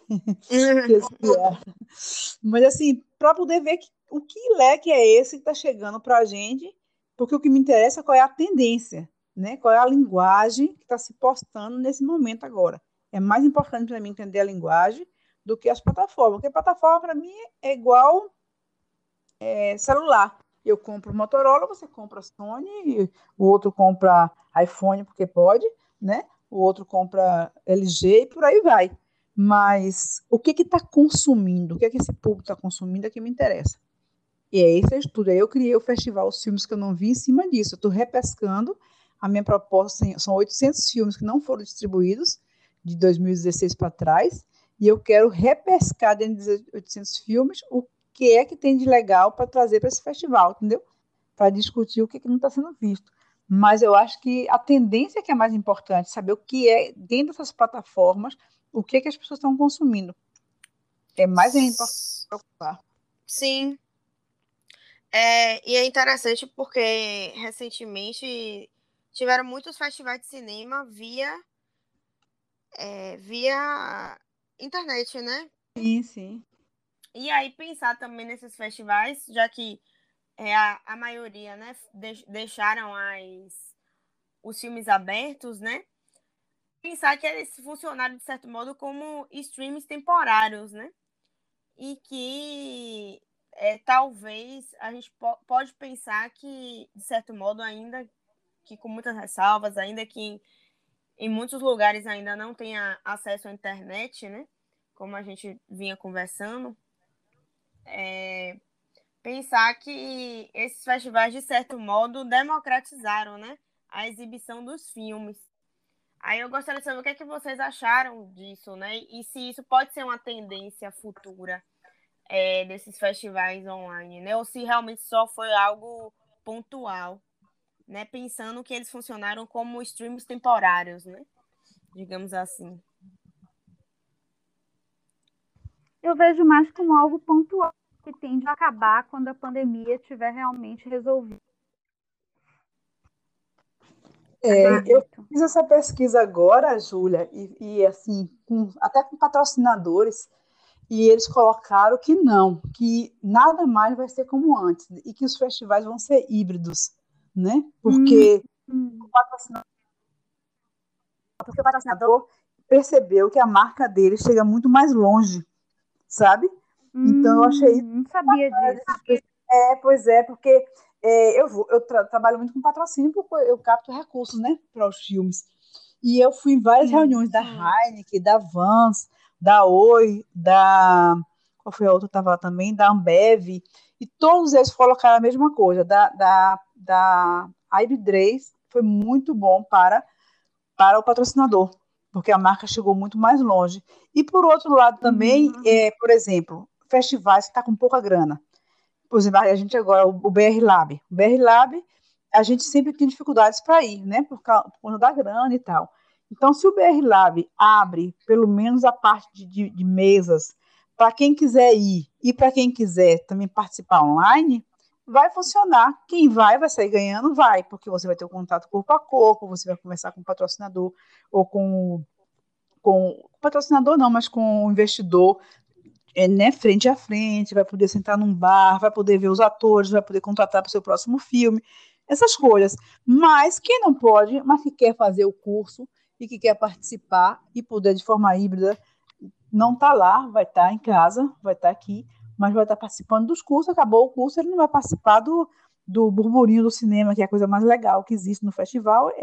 Mas, assim, para poder ver o que leque é esse que está chegando para a gente, porque o que me interessa é qual é a tendência, né? Qual é a linguagem que está se postando nesse momento agora. É mais importante para mim entender a linguagem do que as plataformas, porque a plataforma, para mim, é igual celular. Eu compro Motorola, você compra Sony, o outro compra iPhone, porque pode, né? O outro compra LG e por aí vai. Mas o que está consumindo? O que esse público está consumindo é que me interessa. E é esse estudo. Aí eu criei o festival Os Filmes que eu não vi em cima disso. Eu estou repescando. A minha proposta são 800 filmes que não foram distribuídos de 2016 para trás. E eu quero repescar dentro desses 800 filmes o que é que tem de legal para trazer para esse festival, entendeu? Para discutir o que não está sendo visto. Mas eu acho que a tendência que é mais importante, saber o que é dentro dessas plataformas, o que as pessoas estão consumindo. É mais importante se preocupar. Sim. E é interessante porque recentemente tiveram muitos festivais de cinema via internet, né? Sim, sim. E aí pensar também nesses festivais, já que a maioria, né, deixaram os filmes abertos, né? Pensar que eles funcionaram, de certo modo, como streams temporários, né? E que talvez a gente pode pensar que, de certo modo, ainda que com muitas ressalvas, ainda que em muitos lugares ainda não tenha acesso à internet, né? Como a gente vinha conversando, pensar que esses festivais, de certo modo, democratizaram, né, a exibição dos filmes. Aí eu gostaria de saber o que é que vocês acharam disso, né? E se isso pode ser uma tendência futura desses festivais online, né? Ou se realmente só foi algo pontual, né? Pensando que eles funcionaram como streams temporários, né? Digamos assim. Eu vejo mais como algo pontual, que tende a acabar quando a pandemia estiver realmente resolvida. Eu fiz essa pesquisa agora, Júlia, e assim, até com patrocinadores, e eles colocaram que não, que nada mais vai ser como antes, e que os festivais vão ser híbridos, né? Porque o patrocinador percebeu que a marca dele chega muito mais longe, sabe? Então, eu achei isso. Não sabia disso. Pois é, porque eu trabalho muito com patrocínio, porque eu capto recursos, né, para os filmes. E eu fui em várias reuniões da Heineken, da Vans, da Oi, qual foi a outra que estava lá também? Da Ambev, e todos eles colocaram a mesma coisa, da Ibidrez, foi muito bom para o patrocinador, porque a marca chegou muito mais longe. E por outro lado também, por exemplo, festivais que estão com pouca grana. Por exemplo, a gente agora, o BR Lab. O BR Lab, a gente sempre tem dificuldades para ir, né? Por conta da grana e tal. Então, se o BR Lab abre pelo menos a parte de mesas para quem quiser ir e para quem quiser também participar online, vai funcionar. Quem vai sair ganhando, vai, porque você vai ter o contato corpo a corpo, você vai conversar com o patrocinador ou com patrocinador não, mas com o investidor, né, frente a frente, vai poder sentar num bar, vai poder ver os atores, vai poder contratar para o seu próximo filme, essas coisas. Mas quem não pode, mas que quer fazer o curso e que quer participar e poder de forma híbrida, não está lá, vai estar em casa, vai estar aqui, mas vai estar participando dos cursos, acabou o curso, ele não vai participar do burburinho do cinema, que é a coisa mais legal que existe no festival, é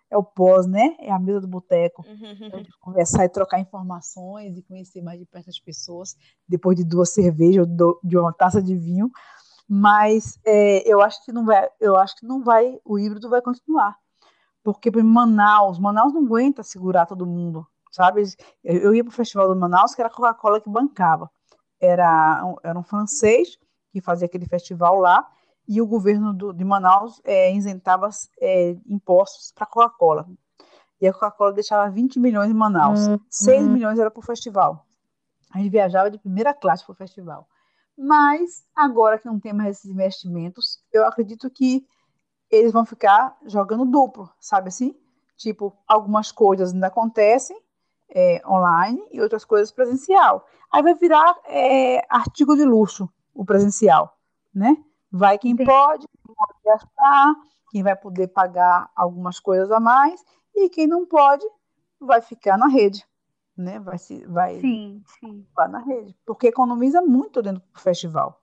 é o pós, né? É a mesa do boteco. É de conversar e trocar informações e conhecer mais de perto as pessoas, depois de 2 cervejas, de uma taça de vinho. Mas eu acho que não vai, o híbrido vai continuar. Porque por Manaus não aguenta segurar todo mundo, sabe? Eu ia para o Festival do Manaus, que era a Coca-Cola que bancava. Era um francês que fazia aquele festival lá, e o governo de Manaus isentava impostos para a Coca-Cola. E a Coca-Cola deixava 20 milhões em Manaus. 6 milhões era para o festival. A gente viajava de primeira classe para o festival. Mas, agora que não tem mais esses investimentos, eu acredito que eles vão ficar jogando duplo, sabe assim? Tipo, algumas coisas ainda acontecem online e outras coisas presencial. Aí vai virar artigo de luxo o presencial, né? Vai quem pode gastar, quem vai poder pagar algumas coisas a mais, e quem não pode vai ficar na rede, né? Vai Sim. ficar na rede, porque economiza muito dentro do festival.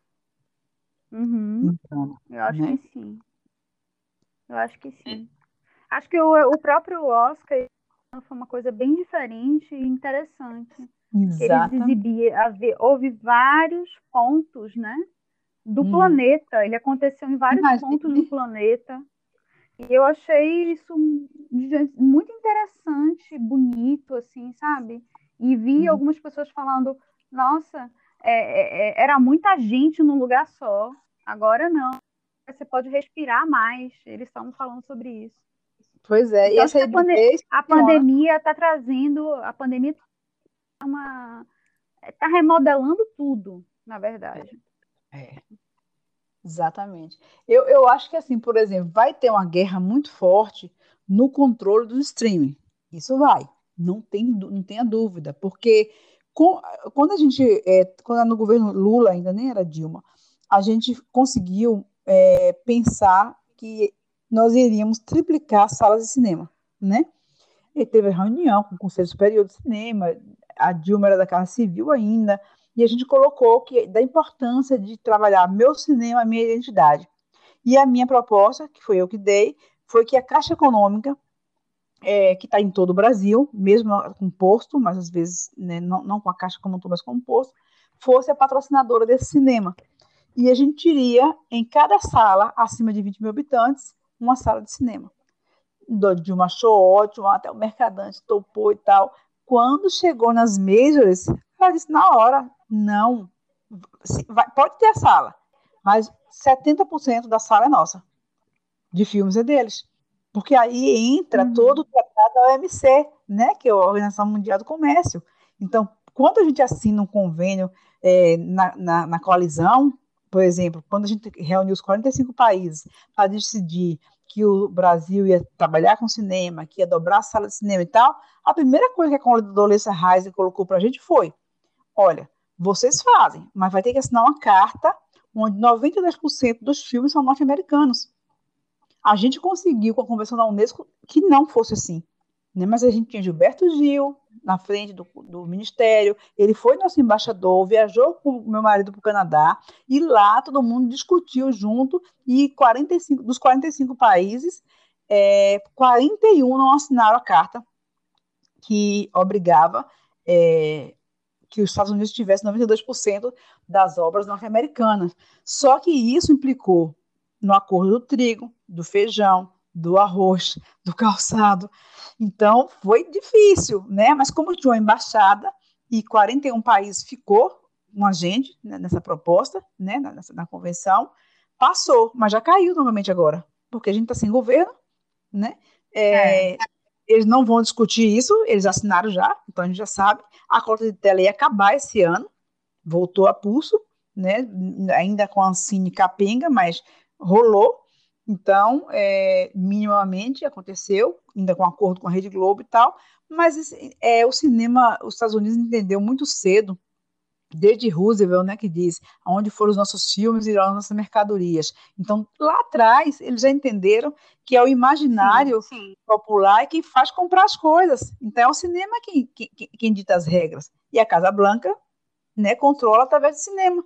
Uhum. Então, Eu acho que né? sim. Eu acho que sim. Acho que o próprio Oscar foi uma coisa bem diferente e interessante. Eles Exatamente. houve vários pontos, né, do Uhum. planeta. Ele aconteceu em vários pontos do Imagine. planeta. E eu achei isso muito interessante, bonito, assim, sabe? E vi Uhum. algumas pessoas falando, nossa, era muita gente num lugar só. Agora não, você pode respirar mais. Eles estavam falando sobre isso. Pois é, e Então, acho essa que hibridez a funciona. pandemia está trazendo, a pandemia está remodelando tudo, na verdade. É, exatamente. Eu acho que, assim, por exemplo, vai ter uma guerra muito forte no controle do streaming. Isso vai, não tenha dúvida, porque com- quando a gente, quando era no governo Lula, ainda nem era Dilma, a gente conseguiu pensar que nós iríamos triplicar salas de cinema, né? E teve reunião com o Conselho Superior de Cinema, a Dilma era da Casa Civil ainda, e a gente colocou que da importância de trabalhar meu cinema, minha identidade. E a minha proposta, que foi eu que dei, foi que a Caixa Econômica, que está em todo o Brasil, mesmo com posto, mas às vezes né, não com a Caixa como um todo, mas com posto, fosse a patrocinadora desse cinema. E a gente teria em cada sala, acima de 20 mil habitantes, uma sala de cinema. Dilma achou ótimo, até o Mercadante topou e tal. Quando chegou nas majors, ela disse na hora, não, pode ter a sala, mas 70% da sala é nossa, de filmes é deles. Porque aí entra todo o tratado da OMC, né, que é a Organização Mundial do Comércio. Então, quando a gente assina um convênio na coalizão, por exemplo, quando a gente reuniu os 45 países para decidir que o Brasil ia trabalhar com cinema, que ia dobrar a sala de cinema e tal, a primeira coisa que a Condoleezza Rice colocou para a gente foi, olha, vocês fazem, mas vai ter que assinar uma carta onde 92% dos filmes são norte-americanos. A gente conseguiu, com a Convenção da Unesco, que não fosse assim. Né? Mas a gente tinha Gilberto Gil na frente do Ministério, ele foi nosso embaixador, viajou com o meu marido para o Canadá, e lá todo mundo discutiu junto, e 45, dos 45 países, 41 não assinaram a carta que obrigava que os Estados Unidos tivessem 92% das obras norte-americanas. Só que isso implicou no acordo do trigo, do feijão, do arroz, do calçado. Então, foi difícil, né? Mas como tinha uma embaixada e 41 países ficou com a gente né, nessa proposta, né, na convenção, passou, mas já caiu novamente agora, porque a gente está sem governo, né? Eles não vão discutir isso, eles assinaram já, então a gente já sabe. A cota de tela ia acabar esse ano, voltou a pulso, né? Ainda com a Ancine capenga, mas rolou. Então, minimamente aconteceu, ainda com acordo com a Rede Globo e tal, mas o cinema, os Estados Unidos entendeu muito cedo, desde Roosevelt, né, que diz, aonde foram os nossos filmes irão as nossas mercadorias. Então, lá atrás, eles já entenderam que é o imaginário popular que faz comprar as coisas. Então, é o cinema quem dita as regras. E a Casa Blanca, né, controla através do cinema.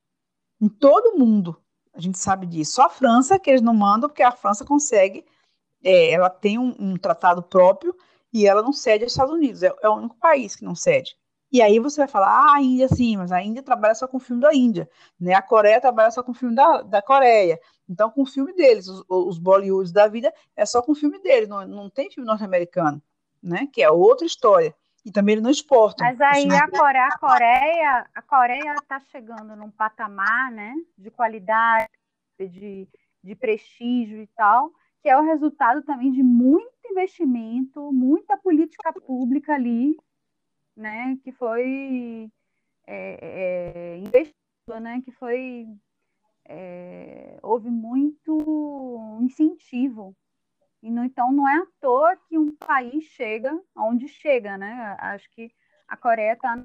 Em todo mundo, a gente sabe disso. Só a França, que eles não mandam, porque a França consegue ela tem um tratado próprio e ela não cede aos Estados Unidos, é o único país que não cede. E aí você vai falar, a Índia sim, mas a Índia trabalha só com o filme da Índia, né? A Coreia trabalha só com o filme da Coreia. Então, com o filme deles, os Bollywoods da vida, é só com o filme deles, não tem filme norte-americano, né? Que é outra história. E também eles não exportam. Mas aí a Coreia está chegando num patamar, né, de qualidade, de prestígio e tal, que é o resultado também de muito investimento, muita política pública ali, né, que foi investido, né, que foi houve muito incentivo. Então não é à toa que um país chega onde chega, né? Acho que a Coreia está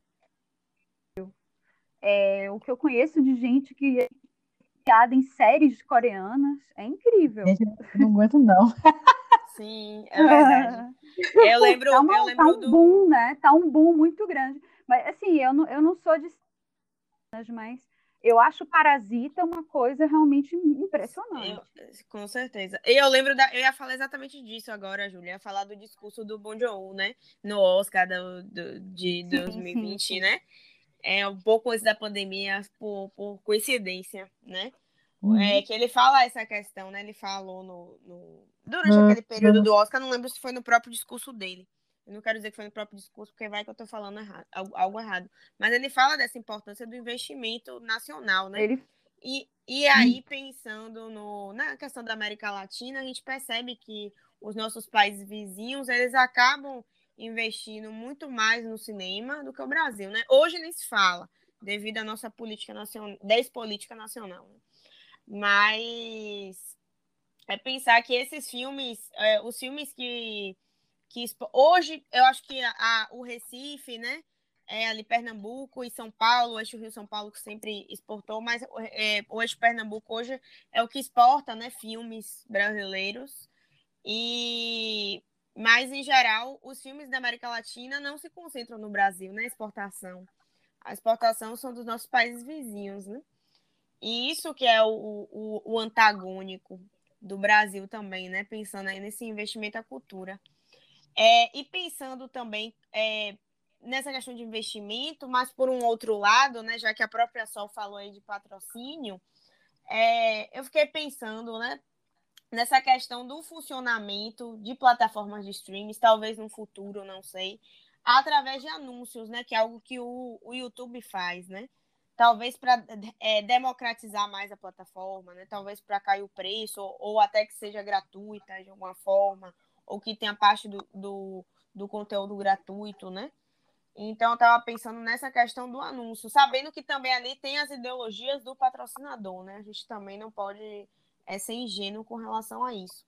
o que eu conheço de gente que é criada em séries coreanas é incrível. Gente, eu não aguento, não. Sim, é verdade. Eu lembro tá um do boom, né? Tá um boom muito grande. Mas assim, eu não sou de cenas, mas eu acho Parasita uma coisa realmente impressionante. Com certeza. E eu lembro eu ia falar exatamente disso agora, Júlia. Eu ia falar do discurso do Bong Joon-ho, né? No Oscar de 2020, sim. Né? É um pouco antes da pandemia, por coincidência, né? Que ele fala essa questão, né? Ele falou durante aquele período do Oscar, não lembro se foi no próprio discurso dele. Eu não quero dizer que foi no próprio discurso, porque vai que eu estou falando algo errado. Mas ele fala dessa importância do investimento nacional, né? E aí, pensando na questão da América Latina, a gente percebe que os nossos países vizinhos, eles acabam investindo muito mais no cinema do que o Brasil, né? Hoje nem se fala, devido à nossa política nacional, despolítica nacional, né? Mas é pensar que esses filmes, os filmes que hoje, eu acho que o Recife, né? Ali Pernambuco e São Paulo, o eixo Rio-São Paulo que sempre exportou, mas o eixo Pernambuco hoje é o que exporta, né? Filmes brasileiros. Mas, em geral, os filmes da América Latina não se concentram no Brasil, né? Exportação. A exportação são dos nossos países vizinhos, né? E isso que é o antagônico do Brasil também, né? Pensando aí nesse investimento à cultura. E pensando também nessa questão de investimento, mas por um outro lado, né? Já que a própria Sol falou aí de patrocínio, eu fiquei pensando, né? Nessa questão do funcionamento de plataformas de streams, talvez no futuro, não sei, através de anúncios, né? Que é algo que o YouTube faz, né? Talvez para democratizar mais a plataforma, né? Talvez para cair o preço, ou até que seja gratuita de alguma forma, ou que tenha parte do conteúdo gratuito, né? Então, eu estava pensando nessa questão do anúncio, sabendo que também ali tem as ideologias do patrocinador, né? A gente também não pode ser ingênuo com relação a isso.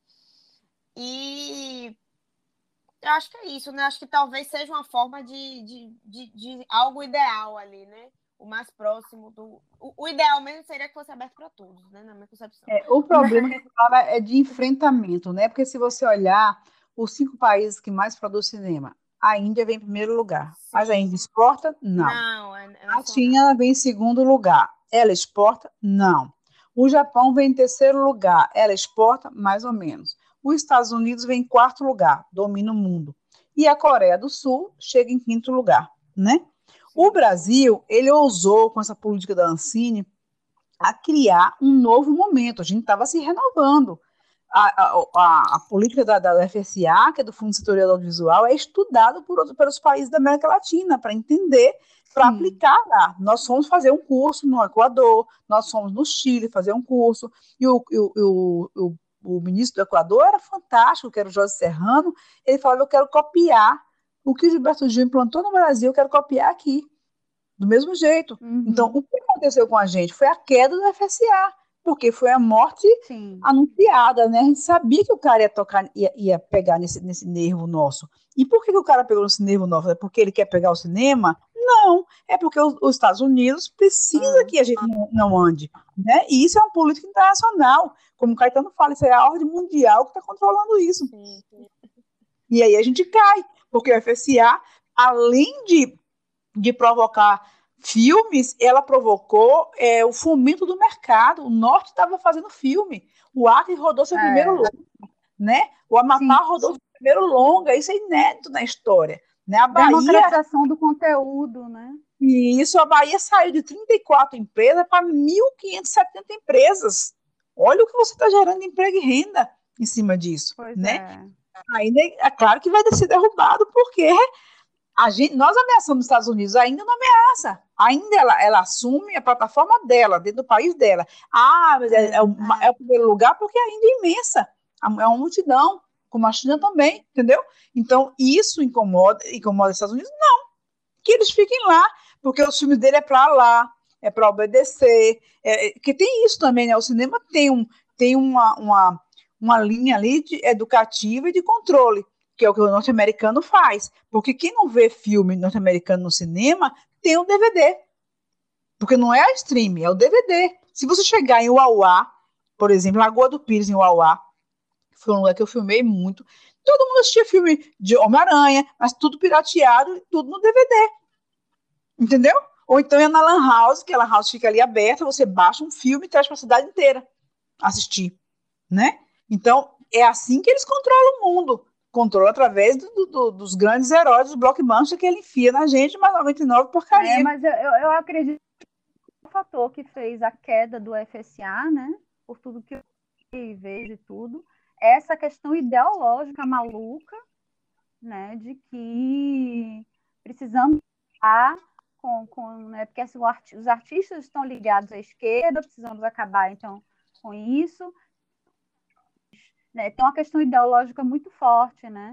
E eu acho que é isso, né? Acho que talvez seja uma forma de algo ideal ali, né? O mais próximo do... O ideal mesmo seria que fosse aberto para todos, né? Na minha concepção. O problema que fala é de enfrentamento, né? Porque se você olhar os 5 países que mais produzem cinema, a Índia vem em primeiro lugar. Sim. Mas a Índia exporta? Não. A China vem em segundo lugar. Ela exporta? Não. O Japão vem em terceiro lugar. Ela exporta? Mais ou menos. Os Estados Unidos vem em quarto lugar, domina o mundo. E a Coreia do Sul chega em quinto lugar, né? O Brasil, ele ousou, com essa política da Ancine, a criar um novo momento. A gente estava se renovando. A política da FSA, que é do Fundo Setorial Audiovisual, é estudado pelos países da América Latina para entender, para aplicar lá. Nós fomos fazer um curso no Equador, nós fomos no Chile fazer um curso, e o ministro do Equador era fantástico, que era o Jorge Serrano. Ele falava: eu quero copiar o que o Gilberto Gil implantou no Brasil, eu quero copiar aqui, do mesmo jeito. Então, o que aconteceu com a gente foi a queda do FSA, porque foi a morte anunciada, né? A gente sabia que o cara ia pegar nesse nervo nosso. E por que o cara pegou nesse nervo nosso? É porque ele quer pegar o cinema? Não, é porque os Estados Unidos precisa que a gente não ande, né? E isso é uma política internacional. Como o Caetano fala, isso é a ordem mundial que está controlando isso. Sim. E aí a gente cai, porque o FSA, além de provocar filmes, ela provocou o fomento do mercado. O Norte estava fazendo filme. O Acre rodou seu primeiro longa. né? O Amapá rodou o primeiro longa, isso é inédito na história, né? A Bahia, democratização do conteúdo, né? e isso, a Bahia saiu de 34 empresas para 1.570 empresas. Olha o que você está gerando de emprego e renda em cima disso, Pois né? Ainda é claro que vai ser derrubado, porque nós ameaçamos os Estados Unidos, ainda não ameaça. Ainda ela assume a plataforma dela, dentro do país dela. Mas é o primeiro lugar porque ainda é imensa. É uma multidão, como a China também, entendeu? Então, isso incomoda os Estados Unidos? Não, que eles fiquem lá, porque os filmes dele é para lá, é para obedecer. Que tem isso também, né? O cinema tem uma linha ali educativa e de controle, que é o que o norte-americano faz. Porque quem não vê filme norte-americano no cinema tem um DVD. Porque não é a stream, é o DVD. Se você chegar em Uauá, por exemplo, Lagoa do Pires, em Uauá, que foi um lugar que eu filmei muito, todo mundo assistia filme de Homem-Aranha, mas tudo pirateado, tudo no DVD. Entendeu? Ou então é na Lan House, que a Lan House fica ali aberta, você baixa um filme e traz para a cidade inteira assistir, né? Então, é assim que eles controlam o mundo. Controlam através dos grandes heróis, dos blockbusters que ele enfia na gente, mas 99 porcaria. Mas eu acredito que o fator que fez a queda do FSA, né? Por tudo que eu vejo e tudo, é essa questão ideológica maluca, né? De que precisamos estar né, porque assim, os artistas estão ligados à esquerda, precisamos acabar então com isso, né? Tem uma questão ideológica muito forte, né?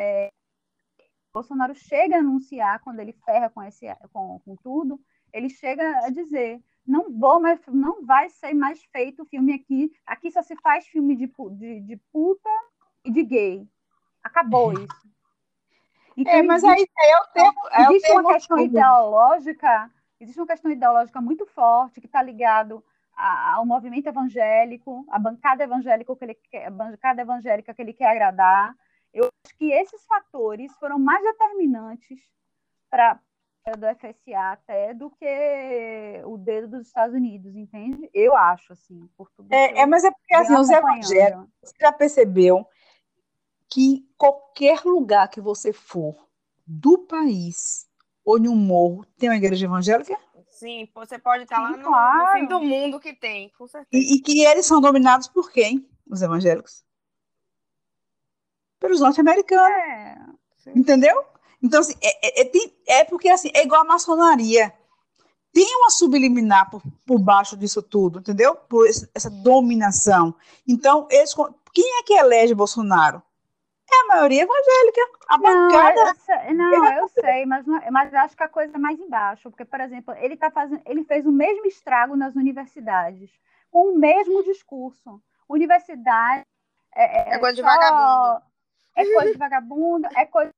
Bolsonaro chega a anunciar, quando ele ferra com tudo, ele chega a dizer: não vai ser mais feito filme aqui só se faz filme de puta e de gay, acabou isso. Então, mas aí existe uma questão ideológica, existe uma questão ideológica muito forte que está ligado ao movimento evangélico, à bancada evangélica que ele quer agradar. Eu acho que esses fatores foram mais determinantes para do FSA até do que o dedo dos Estados Unidos, entende? Eu acho, assim, por tudo mas é porque assim, os evangélicos, você já percebeu que em qualquer lugar que você for do país ou em um morro, tem uma igreja evangélica? Sim, você pode estar lá no fim do mundo que tem, com certeza. E que eles são dominados por quem, os evangélicos? Pelos norte-americanos. Entendeu? Então, assim, porque assim, é igual a maçonaria. Tem uma subliminar por baixo disso tudo, entendeu? Por essa dominação. Então, quem é que elege Bolsonaro? É a maioria evangélica. A bancada. Eu sei, mas acho que a coisa é mais embaixo. Porque, por exemplo, ele fez o mesmo estrago nas universidades, com o mesmo discurso. Universidade é coisa de vagabundo. É coisa de vagabundo, é coisa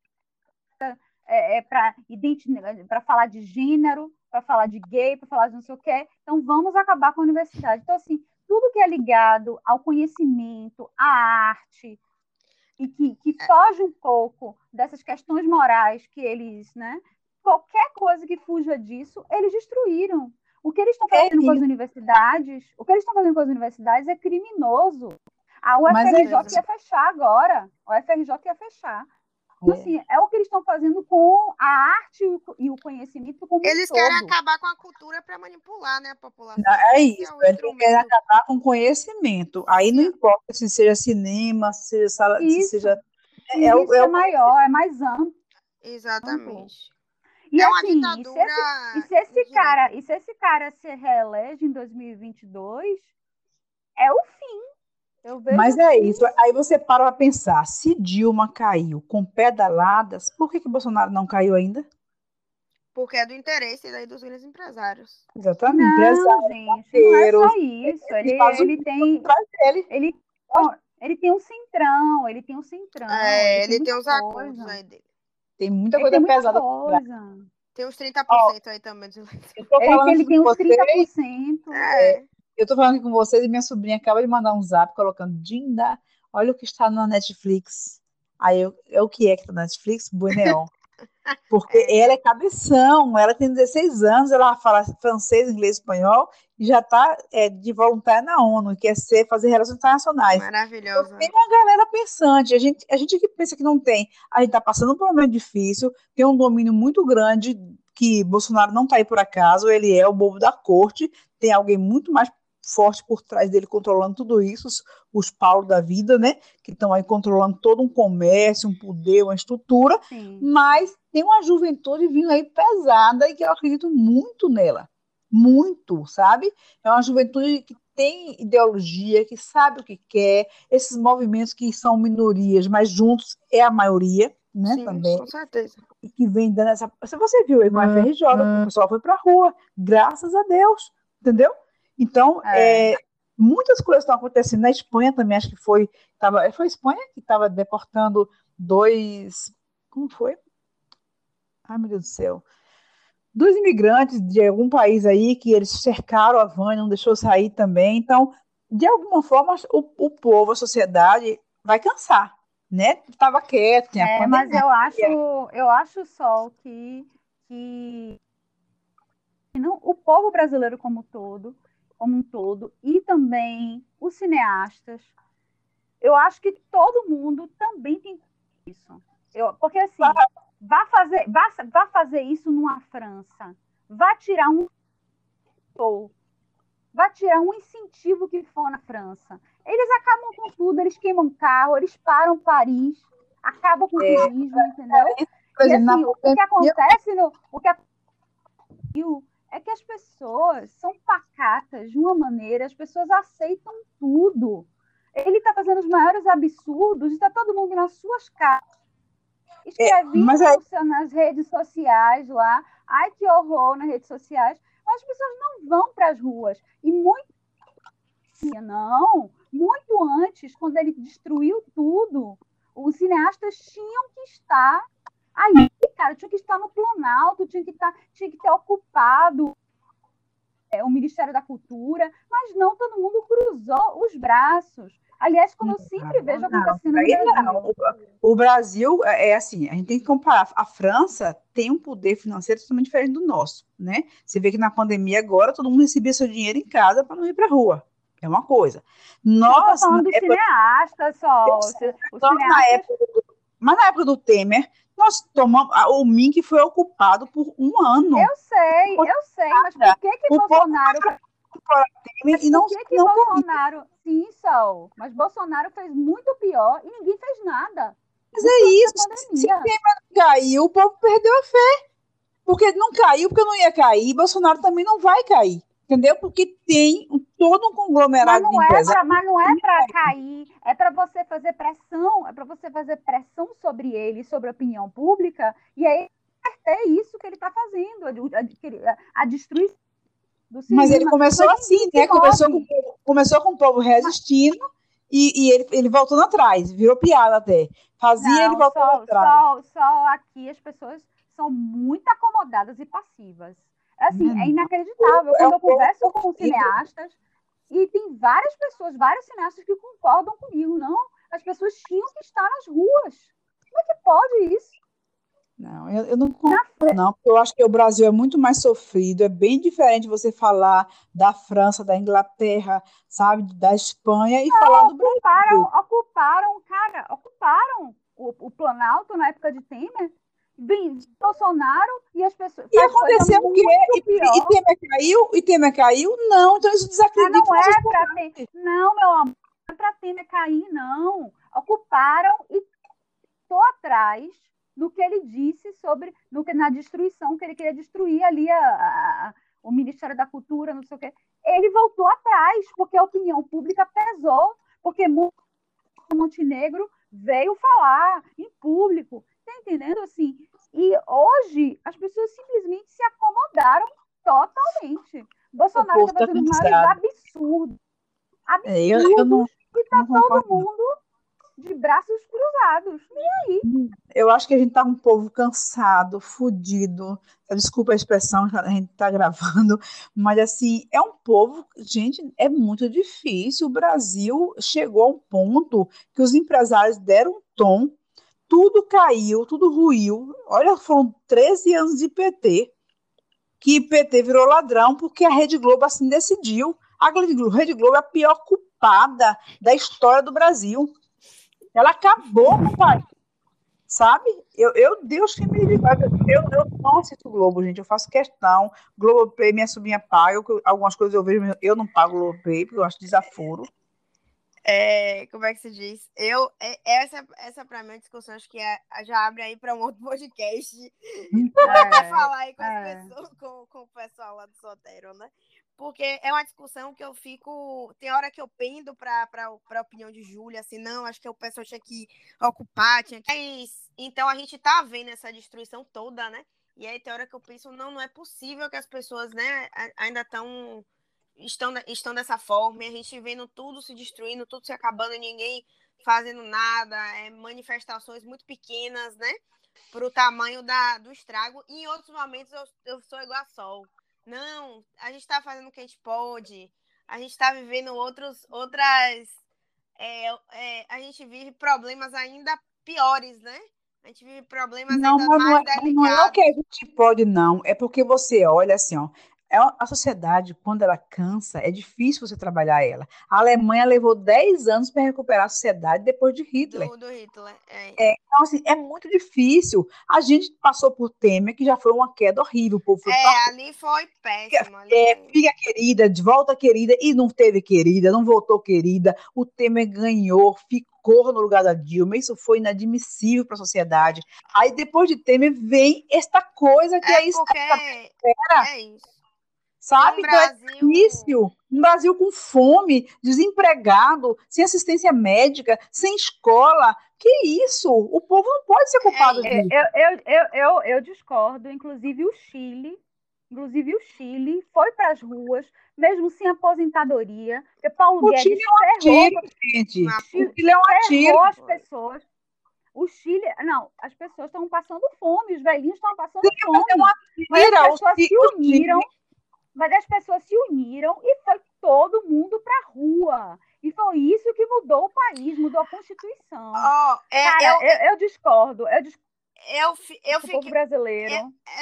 para falar de gênero, para falar de gay, para falar de não sei o quê. Então, vamos acabar com a universidade. Então, assim, tudo que é ligado ao conhecimento, à arte, e que foge um pouco dessas questões morais que eles, né? Qualquer coisa que fuja disso, eles destruíram. O que eles estão fazendo com as universidades, é criminoso. A UFRJ ia fechar agora. A UFRJ ia fechar. Então, assim, é o que eles estão fazendo com a arte e o conhecimento como eles querem acabar com a cultura para manipular, né, a população. É isso, eles querem acabar com conhecimento. Aí não importa se seja cinema, se seja sala, se seja... Isso é maior, é mais amplo. Exatamente. E uma assim, ditadura e se esse cara se reelege em 2022, é o fim. Mas é isso. Aí você para pensar, se Dilma caiu com pedaladas, por que Bolsonaro não caiu ainda? Porque é do interesse daí dos grandes empresários. Exatamente. Não, gente, não é só isso. Ele tem um centrão, ele tem os acordos aí dele. Tem muita coisa pesada. Tem uns 30% aí também. Ele tem uns 30%. Eu tô falando aqui com vocês e minha sobrinha acaba de mandar um zap colocando: Dinda, olha o que está na Netflix. Aí o que é que tá na Netflix? Bueneon. Porque ela é cabeção, ela tem 16 anos, ela fala francês, inglês, espanhol, e já está de voluntária na ONU, quer fazer relações internacionais. Então, Maravilhosa. tem uma galera pensante, a gente que pensa que não tem, a gente está passando por um momento difícil, tem um domínio muito grande, que Bolsonaro não está aí por acaso, ele é o bobo da corte, tem alguém muito mais forte por trás dele controlando tudo isso, os Paulo da vida, né, que estão aí controlando todo um comércio, um poder, uma estrutura, Sim. mas tem uma juventude vindo aí pesada e que eu acredito muito nela, muito, sabe? É uma juventude que tem ideologia, que sabe o que quer, esses movimentos que são minorias, mas juntos é a maioria, né, Sim, também, com certeza. e que vem dando essa... Se você viu aí com a FRJ, o pessoal foi pra rua, graças a Deus, entendeu? Então, muitas coisas estão acontecendo na Espanha também, acho que foi a Espanha que estava deportando dois... Como foi? Ai, meu Deus do céu. Dos imigrantes de algum país aí que eles cercaram a van, não deixou sair também. Então, de alguma forma, o povo, a sociedade vai cansar, né? Estava quieto, tem a Mas pandemia. eu acho só que não, o povo brasileiro como um todo, e também os cineastas, eu acho que todo mundo também tem isso. Porque assim, vá fazer isso numa França, vá tirar um vá tirar um incentivo que for na França. Eles acabam com tudo, eles queimam carro, eles param Paris, acabam com o turismo, entendeu? Por E exemplo, assim, o que acontece é que as pessoas são pacatas de uma maneira, as pessoas aceitam tudo. Ele está fazendo os maiores absurdos, está todo mundo nas suas casas, escrevinho nas redes sociais lá, ai que horror nas redes sociais, mas as pessoas não vão para as ruas. E muito antes, quando ele destruiu tudo, os cineastas tinham que estar aí, cara, tinha que estar no Planalto, tinha que ter ocupado o Ministério da Cultura, mas não, todo mundo cruzou os braços. Aliás, como eu sempre vejo acontecendo no Brasil. O Brasil é assim, a gente tem que comparar. A França tem um poder financeiro totalmente diferente do nosso, né? Você vê que na pandemia agora todo mundo recebia seu dinheiro em casa para não ir para a rua. É uma coisa. Nós, estou falando do cineasta só. Mas na época do Temer, nós tomamos. O MINC foi ocupado por um ano. Eu sei, mas por que Bolsonaro. Bolsonaro. Sim, Sol. Mas Bolsonaro fez muito pior e ninguém fez nada. Mas é isso. Se Temer não caiu, o povo perdeu a fé. Porque não caiu, porque não ia cair. Bolsonaro também não vai cair. Entendeu? Porque tem todo um conglomerado de empresas. Mas não é para cair, é para você fazer pressão, sobre ele, sobre a opinião pública, e aí é isso que ele está fazendo, a destruição do cinema. Mas ele começou assim, né? Começou com o povo resistindo e ele voltando atrás, virou piada até. Ele voltando atrás. Só aqui as pessoas são muito acomodadas e passivas. Assim, é inacreditável. Quando eu converso com cineastas, e tem várias pessoas, vários cineastas que concordam comigo, não, as pessoas tinham que estar nas ruas. Como é que pode isso? Não, eu não concordo, não, porque eu acho que o Brasil é muito mais sofrido, é bem diferente você falar da França, da Inglaterra, sabe, da Espanha, e falar do Brasil. Ocuparam o Planalto na época de Temer, Bolsonaro e as pessoas. E aconteceu o quê? E Temer caiu? Não, então isso desacredita. Não, meu amor, não é para Temer cair, não. Ocuparam e estou atrás no que ele disse na destruição, que ele queria destruir ali o Ministério da Cultura, não sei o quê. Ele voltou atrás, porque a opinião pública pesou, porque Montenegro veio falar em público. Tá entendendo? Assim, e hoje as pessoas simplesmente se acomodaram totalmente. Bolsonaro está fazendo maiores absurdos. E está todo mundo de braços cruzados. E aí? Eu acho que a gente está um povo cansado, fudido. Desculpa a expressão, a gente está gravando, mas assim, é um povo, gente, é muito difícil. O Brasil chegou a um ponto que os empresários deram um tom tudo caiu, tudo ruiu. Olha, foram 13 anos de PT, que PT virou ladrão porque a Rede Globo assim decidiu. A Rede Globo é a pior culpada da história do Brasil. Ela acabou com o país, sabe? Deus que me livre. Eu não assisto o Globo, gente. Eu faço questão. Globoplay, minha sobrinha paga. Algumas coisas eu vejo, eu não pago o Globoplay, porque eu acho desaforo. Como é que se diz? Essa para mim é uma discussão, acho que já abre aí para um outro podcast. Pra falar aí com as pessoas, com o pessoal lá do Sotero, né? Porque é uma discussão que eu fico. Tem hora que eu pendo para a opinião de Júlia, assim, não, acho que o pessoal tinha que ocupar, tinha que. Então a gente tá vendo essa destruição toda, né? E aí tem hora que eu penso, não é possível que as pessoas, né, ainda estão dessa forma, e a gente vendo tudo se destruindo, tudo se acabando, e ninguém fazendo nada, manifestações muito pequenas, né? Para o tamanho do estrago. E em outros momentos eu sou igual a Sol. Não, a gente está fazendo o que a gente pode, a gente está vivendo outras. A gente vive problemas ainda piores, né? A gente vive problemas ainda mais delicados. Não é o que a gente pode, não. É porque você olha assim, ó. A sociedade, quando ela cansa, é difícil você trabalhar ela. A Alemanha levou 10 anos para recuperar a sociedade depois de Hitler. Do Hitler, então, assim, é muito difícil. A gente passou por Temer, que já foi uma queda horrível. O povo foi ali foi péssimo. Fica querida, de volta querida, e não teve querida, não voltou querida. O Temer ganhou, ficou no lugar da Dilma. Isso foi inadmissível para a sociedade. Aí, depois de Temer, vem esta coisa que é isso. É isso. Sabe? Então é difícil. Um Brasil com fome, desempregado, sem assistência médica, sem escola. Que isso? O povo não pode ser culpado disso. Eu discordo. Inclusive o Chile foi para as ruas, mesmo sem aposentadoria. Porque Paulo Guedes Chile é um tiro, gente. O Chile é um tiro. As pessoas. O Chile, não, as pessoas estão passando fome, os velhinhos estão passando fome. Mas as pessoas se uniram. Mas as pessoas se uniram e foi todo mundo para a rua. E foi isso que mudou o país, mudou a Constituição. Eu discordo. O povo brasileiro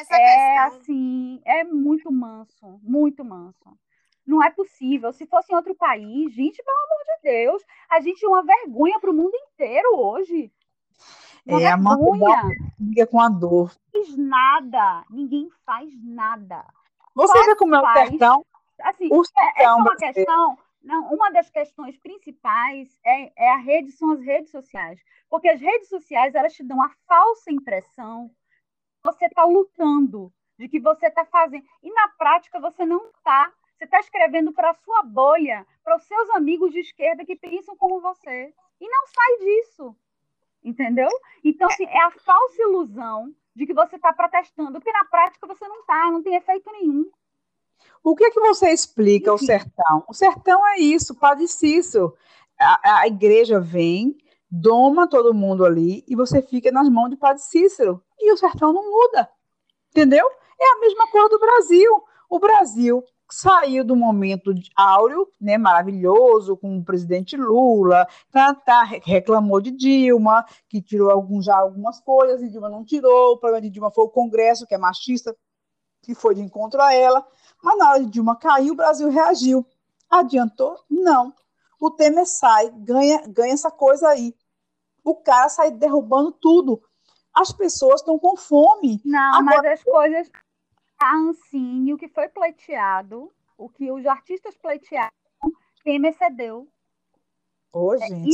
assim, é muito manso, muito manso. Não é possível. Se fosse em outro país, gente, pelo amor de Deus, a gente é uma vergonha para o mundo inteiro hoje. Uma vergonha. Fica com a dor. Ninguém faz nada. Você vê como é o sertão? Assim, essa é uma questão. Não, uma das questões principais são as redes sociais. Porque as redes sociais, elas te dão a falsa impressão que você está lutando, de que você está fazendo. E na prática você não está. Você está escrevendo para a sua bolha, para os seus amigos de esquerda que pensam como você. E não sai disso. Entendeu? Então, assim, é a falsa ilusão de que você está protestando, porque na prática você não está, não tem efeito nenhum. O que é que você explica ao sertão? O sertão é isso, Padre Cícero. A igreja vem, doma todo mundo ali e você fica nas mãos de Padre Cícero. E o sertão não muda. Entendeu? É a mesma coisa do Brasil. O Brasil saiu do momento áureo, né, maravilhoso, com o presidente Lula, reclamou de Dilma, que tirou algumas coisas, e Dilma não tirou. O problema de Dilma foi o Congresso, que é machista, que foi de encontro a ela. Mas na hora de Dilma cair, o Brasil reagiu. Adiantou? Não. O Temer sai, ganha essa coisa aí. O cara sai derrubando tudo. As pessoas estão com fome. Não, mas as coisas... A Ancine, o que foi pleiteado, o que os artistas pleitearam, Temer cedeu. Gente.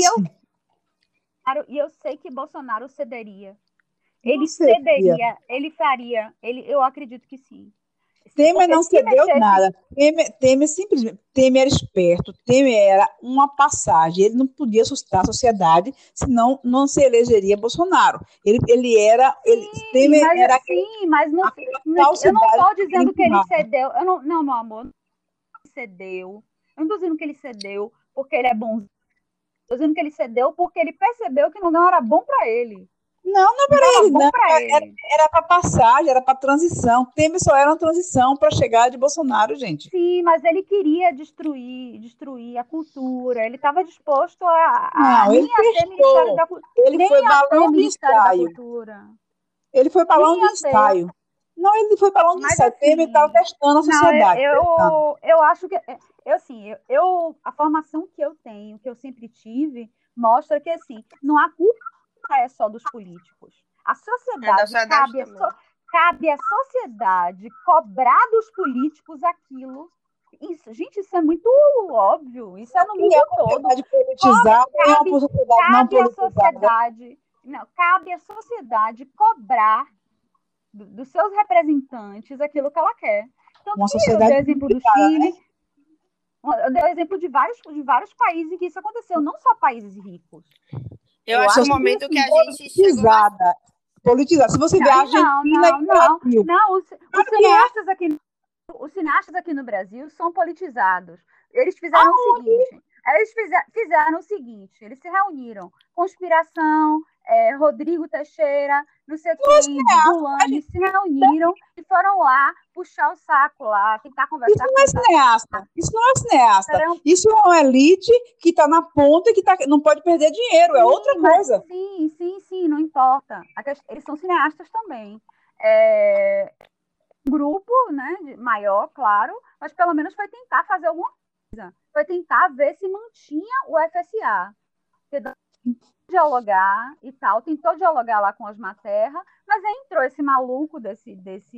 E eu sei que Bolsonaro cederia. Ele cederia, ele faria. Eu acredito que sim. Temer não cedeu nada. Temer era esperto. Temer era uma passagem. Ele não podia assustar a sociedade, senão não se elegeria Bolsonaro. Temer era mas não, eu não estou dizendo que ele cedeu. Não, meu amor, cedeu. Eu não estou dizendo que ele cedeu porque ele é bom. Estou dizendo que ele cedeu porque ele percebeu que não era bom para ele. Não, não para Tava ele, bom não. para ele. Era para passagem, era para transição. Temer só era uma transição para a chegada de Bolsonaro, gente. Sim, mas ele queria destruir a cultura. Ele estava disposto a Não, ele nem a ter Ministério testou. da Cultura, Ele nem foi a ter balão de Ministério da ensaio. Cultura, Ele foi balão nem de a ter. ensaio. Não, ele foi balão de Mas ensaio. Temer estava assim, testando a não, sociedade. Testando. eu acho que assim, a formação que eu tenho, que eu sempre tive, mostra que assim, não há culpa é só dos políticos. A É da sociedade sociedade também. cabe à sociedade cobrar dos políticos aquilo. Isso, gente, isso é muito óbvio. Isso é no E é mundo uma todo. sociedade politizada e é uma Cabe, sociedade não cabe à politizada. sociedade, não, cabe à sociedade cobrar dos seus representantes aquilo que ela quer. Tanto Uma que eu sociedade dei o exemplo do politizada, né? Chile, eu dei o exemplo de vários países em que isso aconteceu, não só países ricos. Eu acho que o momento que a gente chegou politizada. Se você vê a Argentina e o Brasil. Não, os cineastas aqui no Brasil são politizados. Eles fizeram o seguinte, eles se reuniram, conspiração, Rodrigo Teixeira, não sei quem, Bulani, se reuniram e foram lá puxar o saco lá, tentar conversar Isso não é cineasta. Isso não é cineasta. Isso é uma elite que está na ponta e que não pode perder dinheiro. É outra coisa. Sim, não importa. Eles são cineastas também. Um grupo, né, maior, claro, mas pelo menos foi tentar fazer alguma coisa. Foi tentar ver se mantinha o FSA. Dialogar e tal, tentou dialogar lá com a Osmaterra, mas aí entrou esse maluco desse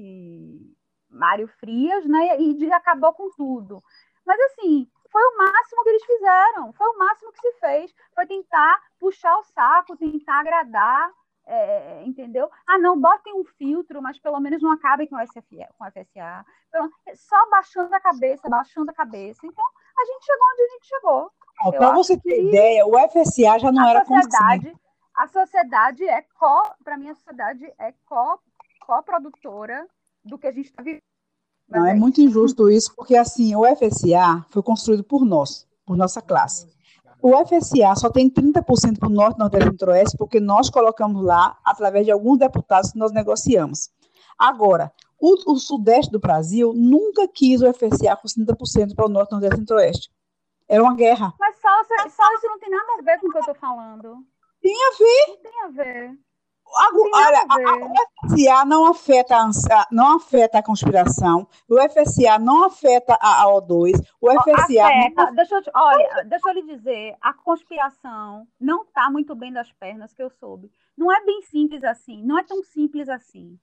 Mário Frias, né, e acabou com tudo. Mas assim, foi o máximo que eles fizeram, foi o máximo que se fez, foi tentar puxar o saco, tentar agradar, entendeu? Ah, não, botem um filtro, mas pelo menos não acabem com o FSA. Só baixando a cabeça. Então, a gente chegou onde a gente chegou. Para você ter ideia, o FSA já não era consciente. A sociedade para mim, a sociedade é coprodutora do que a gente está vivendo. Não, é muito injusto isso, porque assim, o FSA foi construído por nós, por nossa classe. O FSA só tem 30% para o Norte, Nordeste e Centro-Oeste, porque nós colocamos lá, através de alguns deputados que nós negociamos. Agora, o Sudeste do Brasil nunca quis o FSA com 30% para o Norte, Nordeste e Centro-Oeste. Era uma guerra. Mas só isso não tem nada a ver com o que eu estou falando. Tem a ver. Não tem a ver. Olha, o FSA não afeta a conspiração, o FSA não afeta a O2, o FSA... Afeta. Deixa eu lhe dizer, a conspiração não está muito bem das pernas, que eu soube. Não é bem simples assim, não é tão simples assim.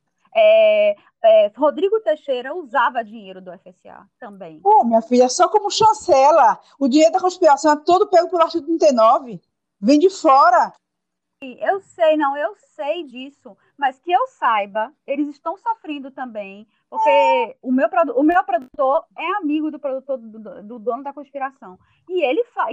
Rodrigo Teixeira usava dinheiro do FSA também. Pô, minha filha, só como chancela. O dinheiro da conspiração é todo pego pelo artigo 39. Vem de fora. Eu sei disso, mas que eu saiba, eles estão sofrendo também, porque o meu produtor é amigo do produtor do dono da conspiração. E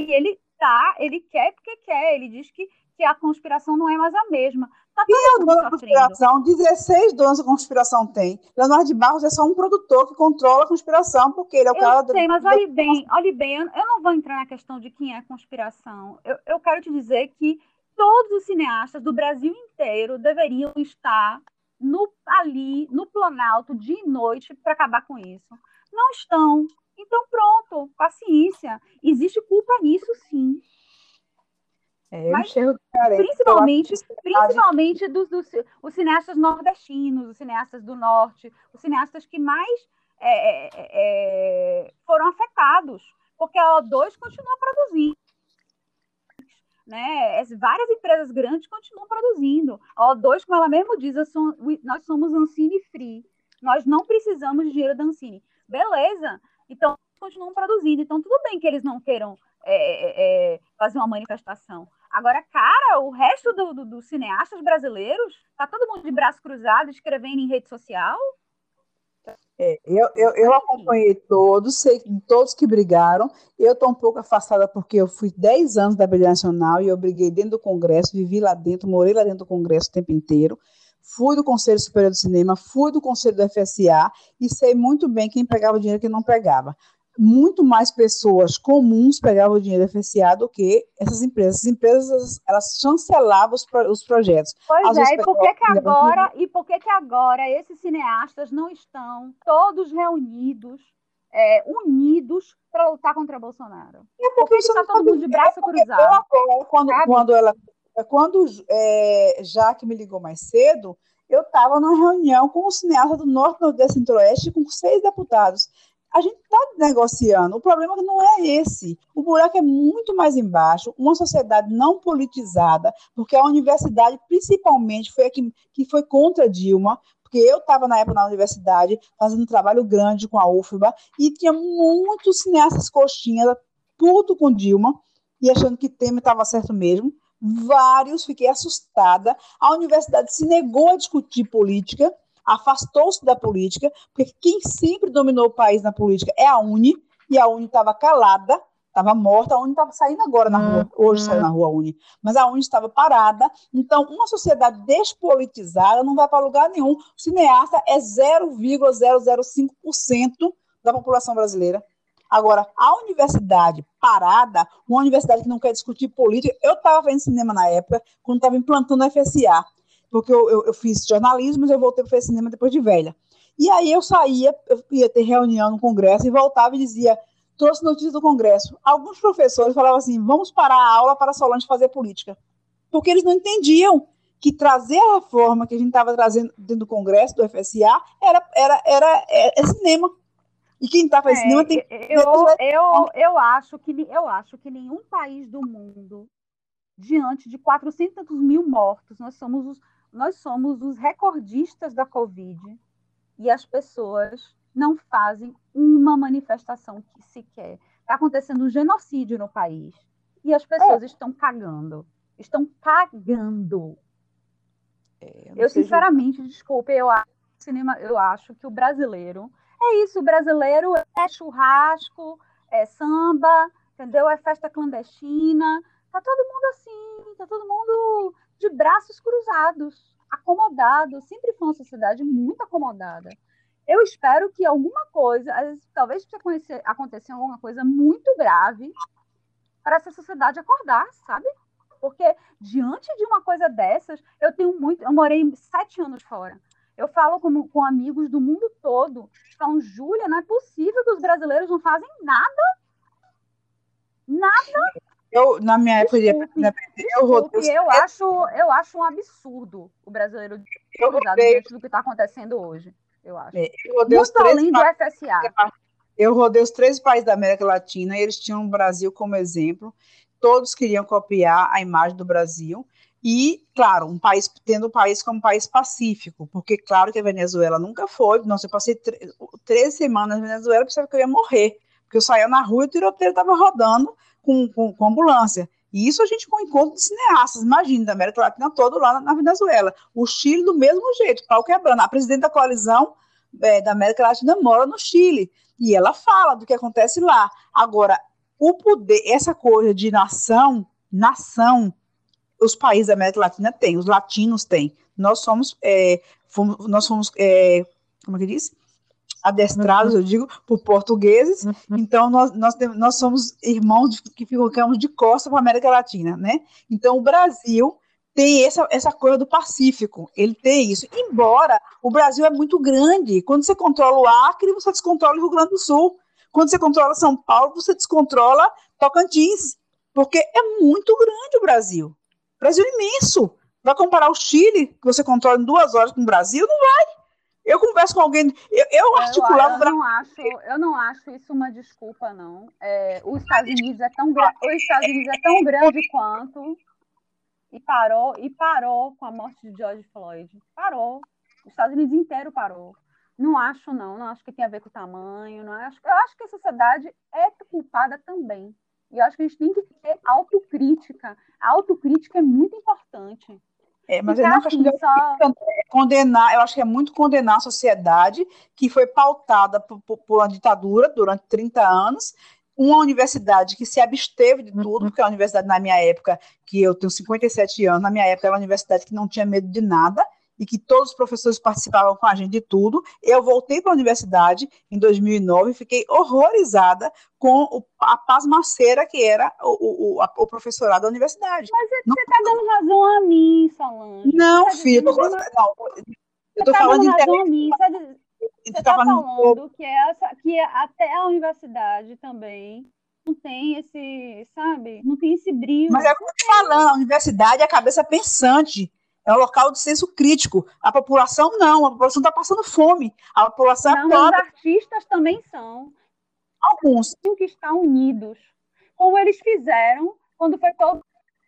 ele quer porque quer, ele diz que a conspiração não é mais a mesma. Tá todo mundo sofrendo. Conspiração, 16 donos da conspiração tem. Leonardo de Barros é só um produtor que controla a conspiração, porque ele é o cara... Eu sei, mas olhe bem, eu não vou entrar na questão de quem é a conspiração. Eu quero te dizer que todos os cineastas do Brasil inteiro deveriam estar ali no Planalto dia e noite para acabar com isso. Não estão. Então, pronto, paciência. Existe culpa nisso, sim. Mas, principalmente os cineastas nordestinos, os cineastas do norte, os cineastas que mais foram afetados, porque a O2 continua produzindo. Né? Várias empresas grandes continuam produzindo. A O2, como ela mesmo diz, nós somos Ancine Free. Nós não precisamos de dinheiro da Ancine. Beleza. Então, continuam produzindo. Então, tudo bem que eles não queiram fazer uma manifestação. Agora, cara, o resto dos cineastas brasileiros, tá todo mundo de braço cruzado, escrevendo em rede social? Eu acompanhei todos, sei todos que brigaram. Eu estou um pouco afastada porque eu fui 10 anos da Briga Nacional e eu briguei dentro do Congresso, vivi lá dentro, morei lá dentro do Congresso o tempo inteiro. Fui do Conselho Superior do Cinema, fui do Conselho do FSA e sei muito bem quem pegava dinheiro e quem não pegava. muito mais pessoas comuns pegavam o dinheiro do FSA do que essas empresas. As empresas, elas chancelavam os projetos. Pois é, e por que agora esses cineastas não estão todos reunidos, unidos para lutar contra Bolsonaro? Por que está todo mundo de braço cruzado? Quando Jaque me ligou mais cedo, eu estava numa reunião com o cineasta do Norte, Nordeste e Centro-Oeste, com 6 deputados. A gente está negociando. O problema não é esse. O buraco é muito mais embaixo. Uma sociedade não politizada, porque a universidade, principalmente, foi a que foi contra Dilma, porque eu estava, na época, na universidade, fazendo um trabalho grande com a UFBA, e tinha muitos cineastas coxinhas, puto com Dilma, e achando que Temer estava certo mesmo. Vários, fiquei assustada. A universidade se negou a discutir política, afastou-se da política, porque quem sempre dominou o país na política é a Uni, e a Uni estava calada, estava morta. A Uni estava saindo agora na rua, hoje saiu na rua a Uni, mas a Uni estava parada. Então, uma sociedade despolitizada não vai para lugar nenhum. O cineasta é 0,005% da população brasileira. Agora, a universidade parada, uma universidade que não quer discutir política, eu estava fazendo cinema na época, quando estava implantando a FSA, porque eu fiz jornalismo, mas eu voltei para fazer cinema depois de velha. E aí eu saía, eu ia ter reunião no Congresso e voltava e dizia, trouxe notícia do Congresso. Alguns professores falavam assim, vamos parar a aula para a Solange fazer política. Porque eles não entendiam que trazer a reforma que a gente estava trazendo dentro do Congresso, do FSA, é cinema. E quem está fazendo cinema tem... Eu acho que nenhum país do mundo, diante de 400 mil mortos, nós somos os recordistas da Covid, e as pessoas não fazem uma manifestação que sequer. Está acontecendo um genocídio no país, e as pessoas estão cagando. Estão cagando. Eu sinceramente, desculpe, eu acho que o brasileiro... É isso, o brasileiro é churrasco, é samba, entendeu? É festa clandestina. Tá todo mundo assim, tá todo mundo de braços cruzados, acomodado. Sempre foi uma sociedade muito acomodada. Eu espero que alguma coisa, talvez aconteça alguma coisa muito grave para essa sociedade acordar, sabe? Porque diante de uma coisa dessas, eu morei 7 anos fora. Eu falo com amigos do mundo todo, falam, Júlia, não é possível que os brasileiros não fazem nada. Nada. Na minha época, eu acho um absurdo o brasileiro diante do que está acontecendo hoje. Eu acho. Muito além do FSA. Eu rodei os 3 países da América Latina e eles tinham o Brasil como exemplo. Todos queriam copiar a imagem do Brasil. E, claro, tendo o país como um país pacífico, porque, claro, que a Venezuela nunca foi. Nossa, eu passei 13 semanas na Venezuela, pensava que eu ia morrer, porque eu saía na rua e o tiroteiro estava rodando com ambulância. E isso a gente com encontro de cineastas, imagina, da América Latina toda lá na Venezuela. O Chile, do mesmo jeito, pau quebrando. A presidente da coalizão da América Latina mora no Chile, e ela fala do que acontece lá. Agora, o poder, essa coisa de nação, os países da América Latina têm, os latinos têm. Nós fomos como é que diz? Adestrados, eu digo, por portugueses. Então, nós somos irmãos que ficamos de costas para a América Latina, né? Então, o Brasil tem essa coisa do Pacífico, ele tem isso. Embora o Brasil é muito grande, quando você controla o Acre, você descontrola o Rio Grande do Sul. Quando você controla São Paulo, você descontrola Tocantins, porque é muito grande o Brasil. O Brasil é imenso. Vai comparar o Chile, que você controla em 2 horas com o Brasil? Não vai. Eu converso com alguém, eu articulava... Eu não acho isso uma desculpa, não. Os Estados Unidos é tão grande quanto... E parou com a morte de George Floyd. Parou. Os Estados Unidos inteiro parou. Não acho que tem a ver com o tamanho. Eu acho que a sociedade é culpada também. E eu acho que a gente tem que ter autocrítica. A autocrítica é muito importante. Mas eu não acho que condenar, eu acho que é muito condenar a sociedade que foi pautada por uma ditadura durante 30 anos, uma universidade que se absteve de tudo, porque a universidade, na minha época, que eu tenho 57 anos, na minha época era uma universidade que não tinha medo de nada, e que todos os professores participavam com a gente de tudo. Eu voltei para a universidade em 2009 e fiquei horrorizada com a pasmaceira que era o professorado da universidade. Mas você está dando razão a mim, Solange. Não, filho, eu estou falando de razão a mim. Você está falando que até a universidade também não tem esse, sabe? Não tem esse brilho. Mas é o que eu estou falando, a universidade é a cabeça pensante, é o local de senso crítico. A população não, a população está passando fome. A população não, mas os artistas também são. Alguns. Tem que estar unidos, como eles fizeram quando foi todo...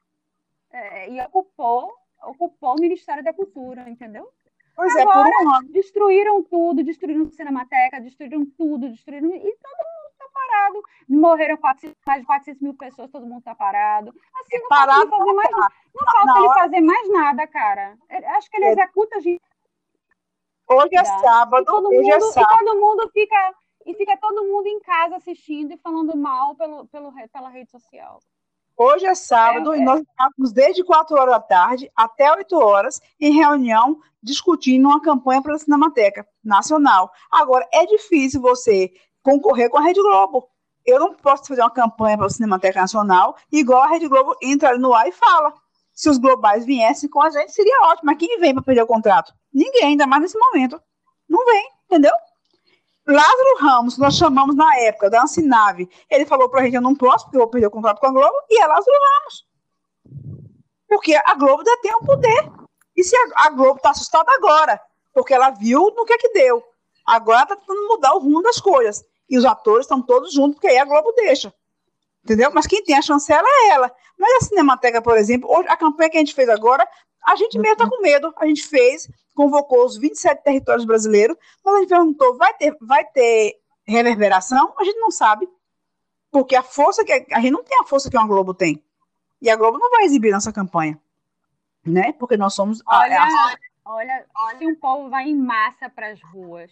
e ocupou o Ministério da Cultura, entendeu? Pois agora, por um ano. Destruíram tudo, destruíram a Cinemateca, destruíram tudo, e todo mundo está parado. Morreram mais de 400 mil pessoas, todo mundo está parado. Assim, não falta ele fazer mais nada. Não falta ele fazer mais nada, cara. Acho que ele executa a gente. Hoje é sábado, hoje é sábado. E todo mundo fica todo mundo em casa assistindo e falando mal pela rede social. Hoje é sábado e nós estamos desde 4 horas da tarde até 8 horas em reunião discutindo uma campanha para a Cinemateca Nacional. Agora, é difícil você concorrer com a Rede Globo. Eu não posso fazer uma campanha para a Cinemateca Nacional igual a Rede Globo entra ali no ar e fala. Se os globais viessem com a gente, seria ótimo. Mas quem vem para perder o contrato? Ninguém, ainda mais nesse momento. Não vem, entendeu? Lázaro Ramos, nós chamamos na época da Ancinave, ele falou pra gente, eu não posso, porque eu vou perder o contrato com a Globo, e é Lázaro Ramos. Porque a Globo detém o poder. E se a Globo está assustada agora, porque ela viu no que deu. Agora está tentando mudar o rumo das coisas. E os atores estão todos juntos, porque aí a Globo deixa. Entendeu? Mas quem tem a chancela é ela. Mas a Cinemateca, por exemplo, hoje, a campanha que a gente fez agora, a gente mesmo está com medo. A gente fez, convocou os 27 territórios brasileiros, mas a gente perguntou, vai ter reverberação? A gente não sabe. Porque a gente não tem a força que uma Globo tem. E a Globo não vai exibir nossa campanha. Né? Porque nós somos... Olha, se um povo vai em massa para as ruas,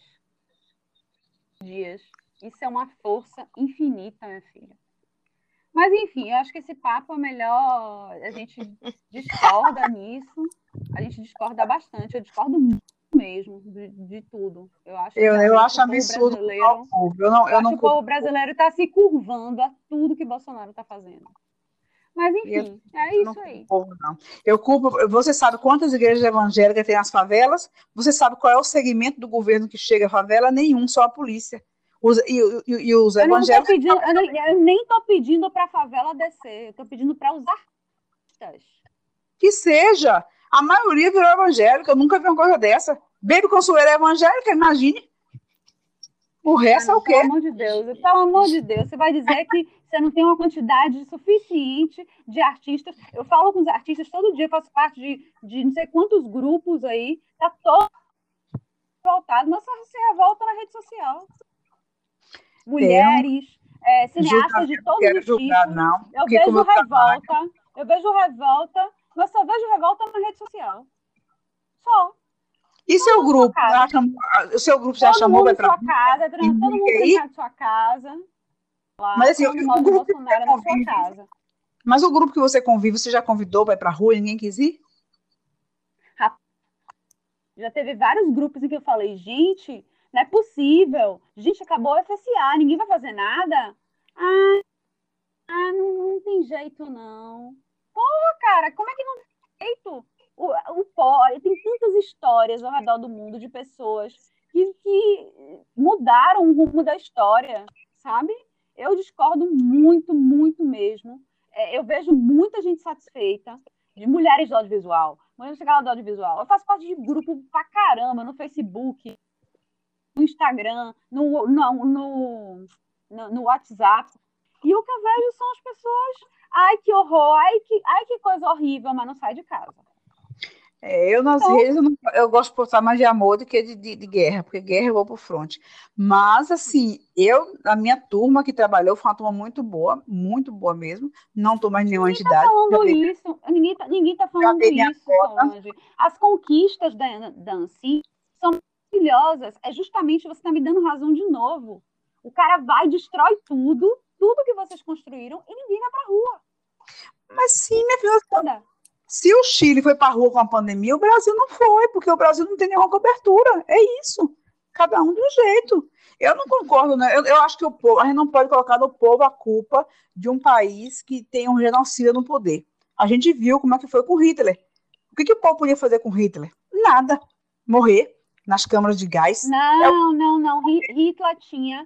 isso é uma força infinita, minha filha. Mas, enfim, eu acho que esse papo é melhor, a gente discorda nisso, a gente discorda bastante, eu discordo muito mesmo de tudo. Eu acho absurdo. O povo brasileiro está se curvando a tudo que Bolsonaro está fazendo. Mas, enfim, é isso aí. Eu culpo. Você sabe quantas igrejas evangélicas tem nas favelas? Você sabe qual é o segmento do governo que chega à favela? Nenhum, só a polícia. Os evangélicos... Eu nem estou pedindo para a favela descer, eu estou pedindo para os artistas. Que seja. A maioria virou evangélica, eu nunca vi uma coisa dessa. Baby Consuelo é evangélica, imagine. O resto é o quê? Pelo amor de Deus, você vai dizer que você não tem uma quantidade suficiente de artistas. Eu falo com os artistas todo dia, eu faço parte de não sei quantos grupos aí, tá todo revoltado, mas só se revolta na rede social. Mulheres, cineastas de todos os tipos. Eu vejo revolta, mas só vejo revolta na rede social. Só. E seu grupo? O seu grupo já chamou? Vai para casa, todo mundo trancado em sua casa. Lá, mas assim, o grupo Bolsonaro na sua casa. Mas o grupo que você convive, você já convidou para ir para a rua e ninguém quis ir? Já teve vários grupos em que eu falei, gente, não é possível. Gente, acabou o FSA, ninguém vai fazer nada? Não tem jeito, não. Porra, cara, como é que não tem jeito? Tem tantas histórias ao redor do mundo de pessoas que mudaram o rumo da história, sabe? Eu discordo muito, muito mesmo. Eu vejo muita gente satisfeita, de mulheres do audiovisual. Mulheres chegaram do audiovisual. Eu faço parte de grupo pra caramba no Facebook, no Instagram, no WhatsApp. E o que eu vejo são as pessoas... Ai, que horror! Ai, que coisa horrível, mas não sai de casa. Eu nas redes eu gosto de postar mais de amor do que de guerra, porque guerra eu vou pro fronte. Mas, assim, a minha turma que trabalhou foi uma turma muito boa mesmo. Não estou mais em nenhuma entidade. Ninguém tá falando isso, Solange. As conquistas da ANSI são maravilhosas. É justamente você tá me dando razão de novo. O cara vai, destrói tudo que vocês construíram e ninguém vai pra rua. Mas sim, minha filha. Se o Chile foi para a rua com a pandemia, o Brasil não foi, porque o Brasil não tem nenhuma cobertura. É isso. Cada um de um jeito. Eu não concordo, né? Eu acho que a gente não pode colocar no povo a culpa de um país que tem um genocida no poder. A gente viu como é que foi com Hitler. O que o povo podia fazer com Hitler? Nada. Morrer nas câmaras de gás. Não. Hitler tinha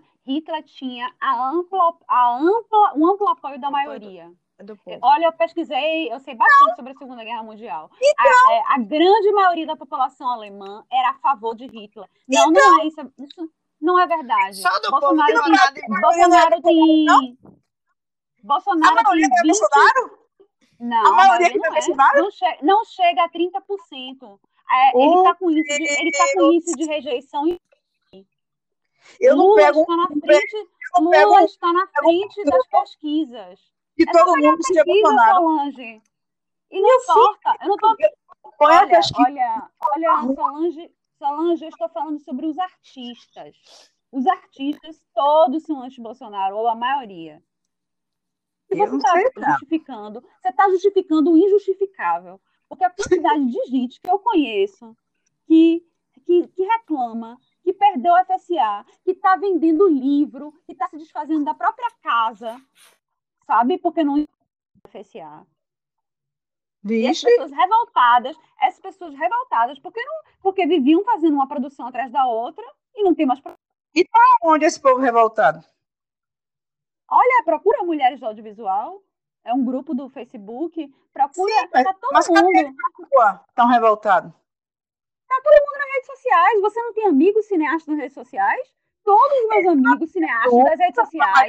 um amplo apoio da maioria. Do povo. Olha, eu pesquisei, eu sei bastante sobre a Segunda Guerra Mundial. A grande maioria da população alemã era a favor de Hitler. Não é isso. Isso não é verdade. Só do Bolsonaro povo tem, Bolsonaro tem. Bolsonaro A maioria tem 20... não é Bolsonaro? Não, A maioria não não é é. Bolsonaro? Não chega a 30%. Ele está com índice de rejeição. Eu não Lula pego. está na frente. Lula está na frente das pesquisas. E todo mundo se é Bolsonaro. Solange. E não importa. Eu não tô... Olha, Solange, eu estou falando sobre os artistas. Os artistas todos são anti-Bolsonaro, ou a maioria. E você está justificando o injustificável. Porque a quantidade de gente que eu conheço que reclama, que perdeu o FSA, que está vendendo livro, que está se desfazendo da própria casa, sabe? Porque não FSA. E as pessoas revoltadas, porque viviam fazendo uma produção atrás da outra e não tem mais... E tá onde esse povo revoltado? Olha, procura Mulheres do Audiovisual, é um grupo do Facebook, procura... Sim, mas todo mundo estão revoltados? Tá todo mundo nas redes sociais. Você não tem amigos cineastas nas redes sociais? Todos os meus amigos cineastas das redes sociais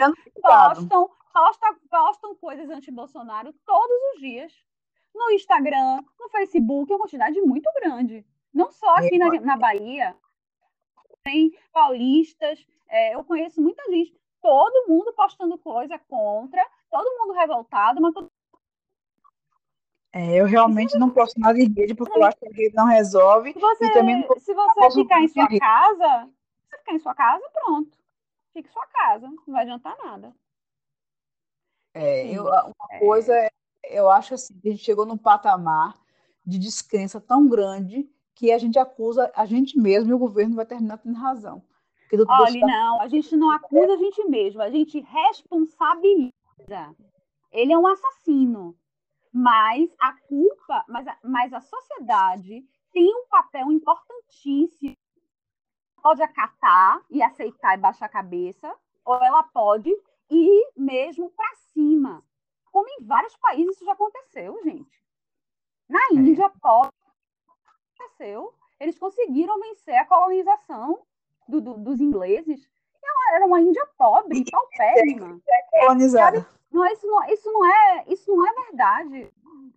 postam coisas anti-Bolsonaro todos os dias. No Instagram, no Facebook, é uma quantidade muito grande. Não só aqui na Bahia. Tem paulistas. Eu conheço muita gente. Todo mundo postando coisa contra. Todo mundo revoltado, mas eu realmente não posto nada em rede, porque eu acho que a rede não resolve. Se você ficar em sua casa, pronto. Fique em sua casa, não vai adiantar nada. Eu acho assim, que a gente chegou num patamar de descrença tão grande que a gente acusa a gente mesmo e o governo vai terminar tendo razão. Olha, não, a gente não acusa a gente mesmo, a gente responsabiliza. Ele é um assassino. Mas a culpa, mas a sociedade tem um papel importantíssimo. Pode acatar e aceitar e baixar a cabeça, ou ela pode ir mesmo para cima. Como em vários países isso já aconteceu, gente. Na Índia, aconteceu. Eles conseguiram vencer a colonização dos ingleses. Era uma Índia pobre, paupérrima. Colonizada. Não, isso não é verdade.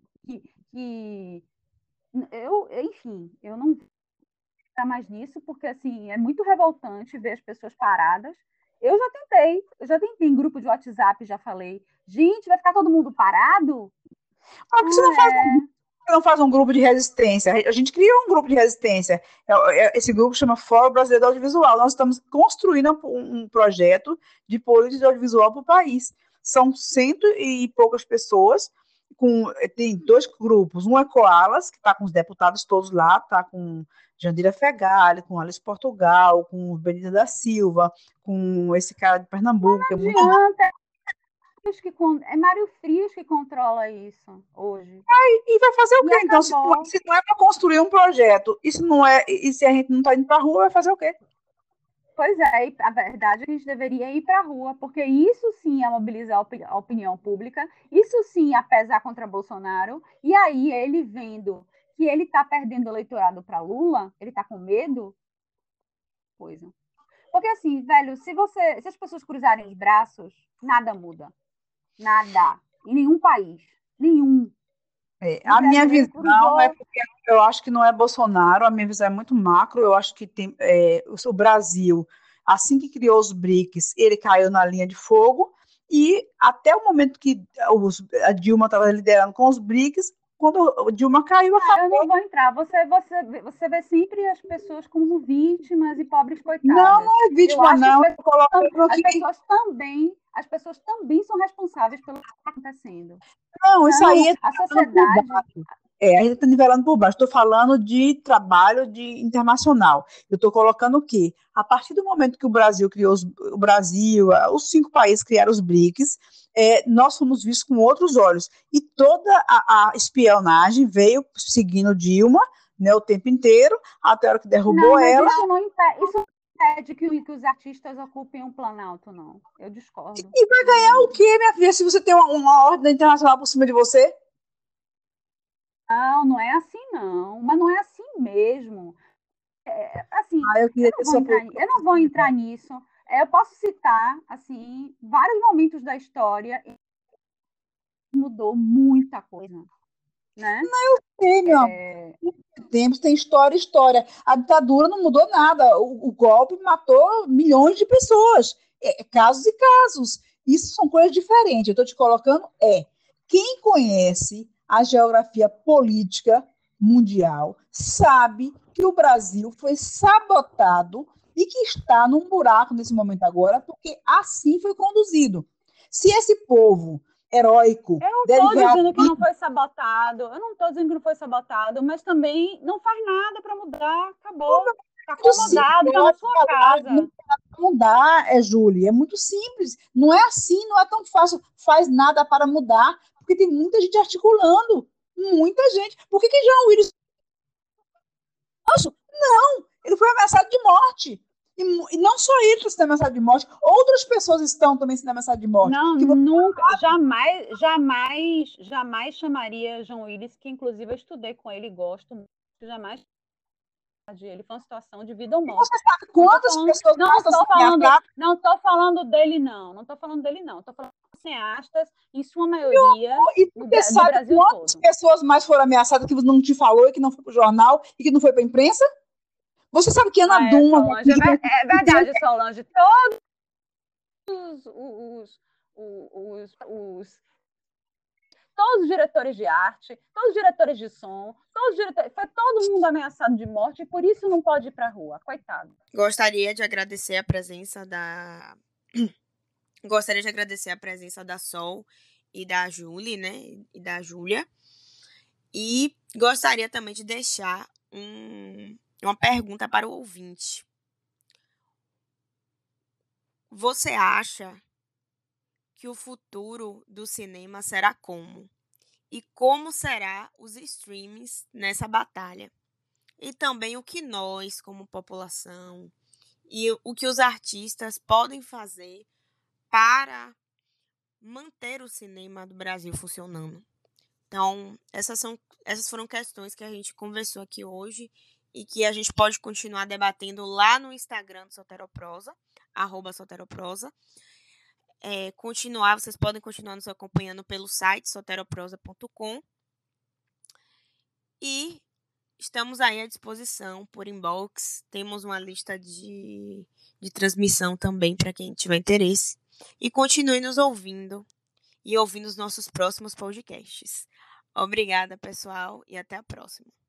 Enfim, eu não vou entrar mais nisso, porque assim, é muito revoltante ver as pessoas paradas. Eu já tentei em grupo de WhatsApp, já falei, gente, vai ficar todo mundo parado? Mas por que você não faz um grupo de resistência? A gente criou um grupo de resistência. Esse grupo chama Fórum Brasileiro do Audiovisual. Nós estamos construindo um projeto de política de audiovisual para o país. São 100 e poucas pessoas, tem 2 grupos. Um é Koalas, que está com os deputados todos lá, está com Jandira Fegali, com Alice Portugal, com Benita da Silva, com esse cara de Pernambuco. Não adianta. É Mário Frias que controla isso hoje. E vai fazer o quê? Então, se não é para construir um projeto, e se a gente não está indo para a rua, vai fazer o quê? Pois é, a verdade é que a gente deveria ir para a rua, porque isso sim é mobilizar a opinião pública, isso sim é pesar contra Bolsonaro, e aí ele vendo que ele está perdendo eleitorado para Lula, ele está com medo, coisa. Porque assim, velho, se as pessoas cruzarem os braços, nada muda. Nada. Em nenhum país. Nenhum. A minha visão é porque eu acho que não é Bolsonaro, a minha visão é muito macro, eu acho que tem o Brasil, assim que criou os BRICS, ele caiu na linha de fogo, e até o momento que a Dilma estava liderando com os BRICS, quando a Dilma caiu, acabou. Eu não vou entrar, você vê sempre as pessoas como vítimas e pobres coitadas. Não é vítima, não. As pessoas também são responsáveis pelo que está acontecendo. Não, isso aí a sociedade. A gente está nivelando por baixo. Estou falando de trabalho internacional. Eu estou colocando o quê? A partir do momento que o Brasil criou os 5 países criaram os BRICS, nós fomos vistos com outros olhos. E toda a espionagem veio seguindo Dilma, né, o tempo inteiro, até a hora que derrubou ela. Isso não impede que os artistas ocupem um Planalto, não. Eu discordo. E vai ganhar o quê, minha filha, se você tem uma ordem internacional por cima de você? Não é assim, não. Mas não é assim mesmo. Assim, eu não vou entrar nisso. Eu posso citar, assim, vários momentos da história e mudou muita coisa, né? Não, eu sei, meu tempos tem história. A ditadura não mudou nada. O golpe matou milhões de pessoas. Casos e casos. Isso são coisas diferentes. Eu estou te colocando quem conhece a geografia política mundial sabe que o Brasil foi sabotado e que está num buraco nesse momento agora, porque assim foi conduzido. Se esse povo heróico. Eu não estou dizendo que não foi sabotado. Eu não estou dizendo que não foi sabotado, mas também não faz nada para mudar. Acabou. Está acomodado, está na sua casa. Não tem nada para mudar, Júlia. É muito simples. Não é assim, não é tão fácil. Faz nada para mudar, porque tem muita gente articulando. Muita gente. Por que Jean Willis? Não, ele foi ameaçado de morte. E não só ele está sendo ameaçado de morte, outras pessoas estão também sendo ameaçadas de morte. Não, nunca, jamais chamaria Jean Willis, que inclusive eu estudei com ele e gosto, jamais ele. Foi uma situação de vida ou morte. Você sabe quantas pessoas não estou falando dele, não. Não estou falando dele, não. Estou falando de cineastas, em sua maioria, e você sabe Brasil quantas todo. Pessoas mais foram ameaçadas que não te falou e que não foi para o jornal e que não foi para a imprensa? Você sabe que Ana Duma... Solange, é verdade, Solange. Todos os diretores de arte, todos os diretores de som, foi todo mundo ameaçado de morte e por isso não pode ir para a rua. Coitado. Gostaria de agradecer a presença da Sol e da Julie, né? E da Júlia. E gostaria também de deixar uma pergunta para o ouvinte. Você acha que o futuro do cinema será como? E como será os streamings nessa batalha? E também o que nós, como população, e o que os artistas podem fazer para manter o cinema do Brasil funcionando. Então, essas foram questões que a gente conversou aqui hoje e que a gente pode continuar debatendo lá no Instagram do Soteroprosa, @Soteroprosa. Vocês podem continuar nos acompanhando pelo site soteroprosa.com e estamos aí à disposição por inbox. Temos uma lista de transmissão também para quem tiver interesse. E continue nos ouvindo e ouvindo os nossos próximos podcasts. Obrigada, pessoal, e até a próxima.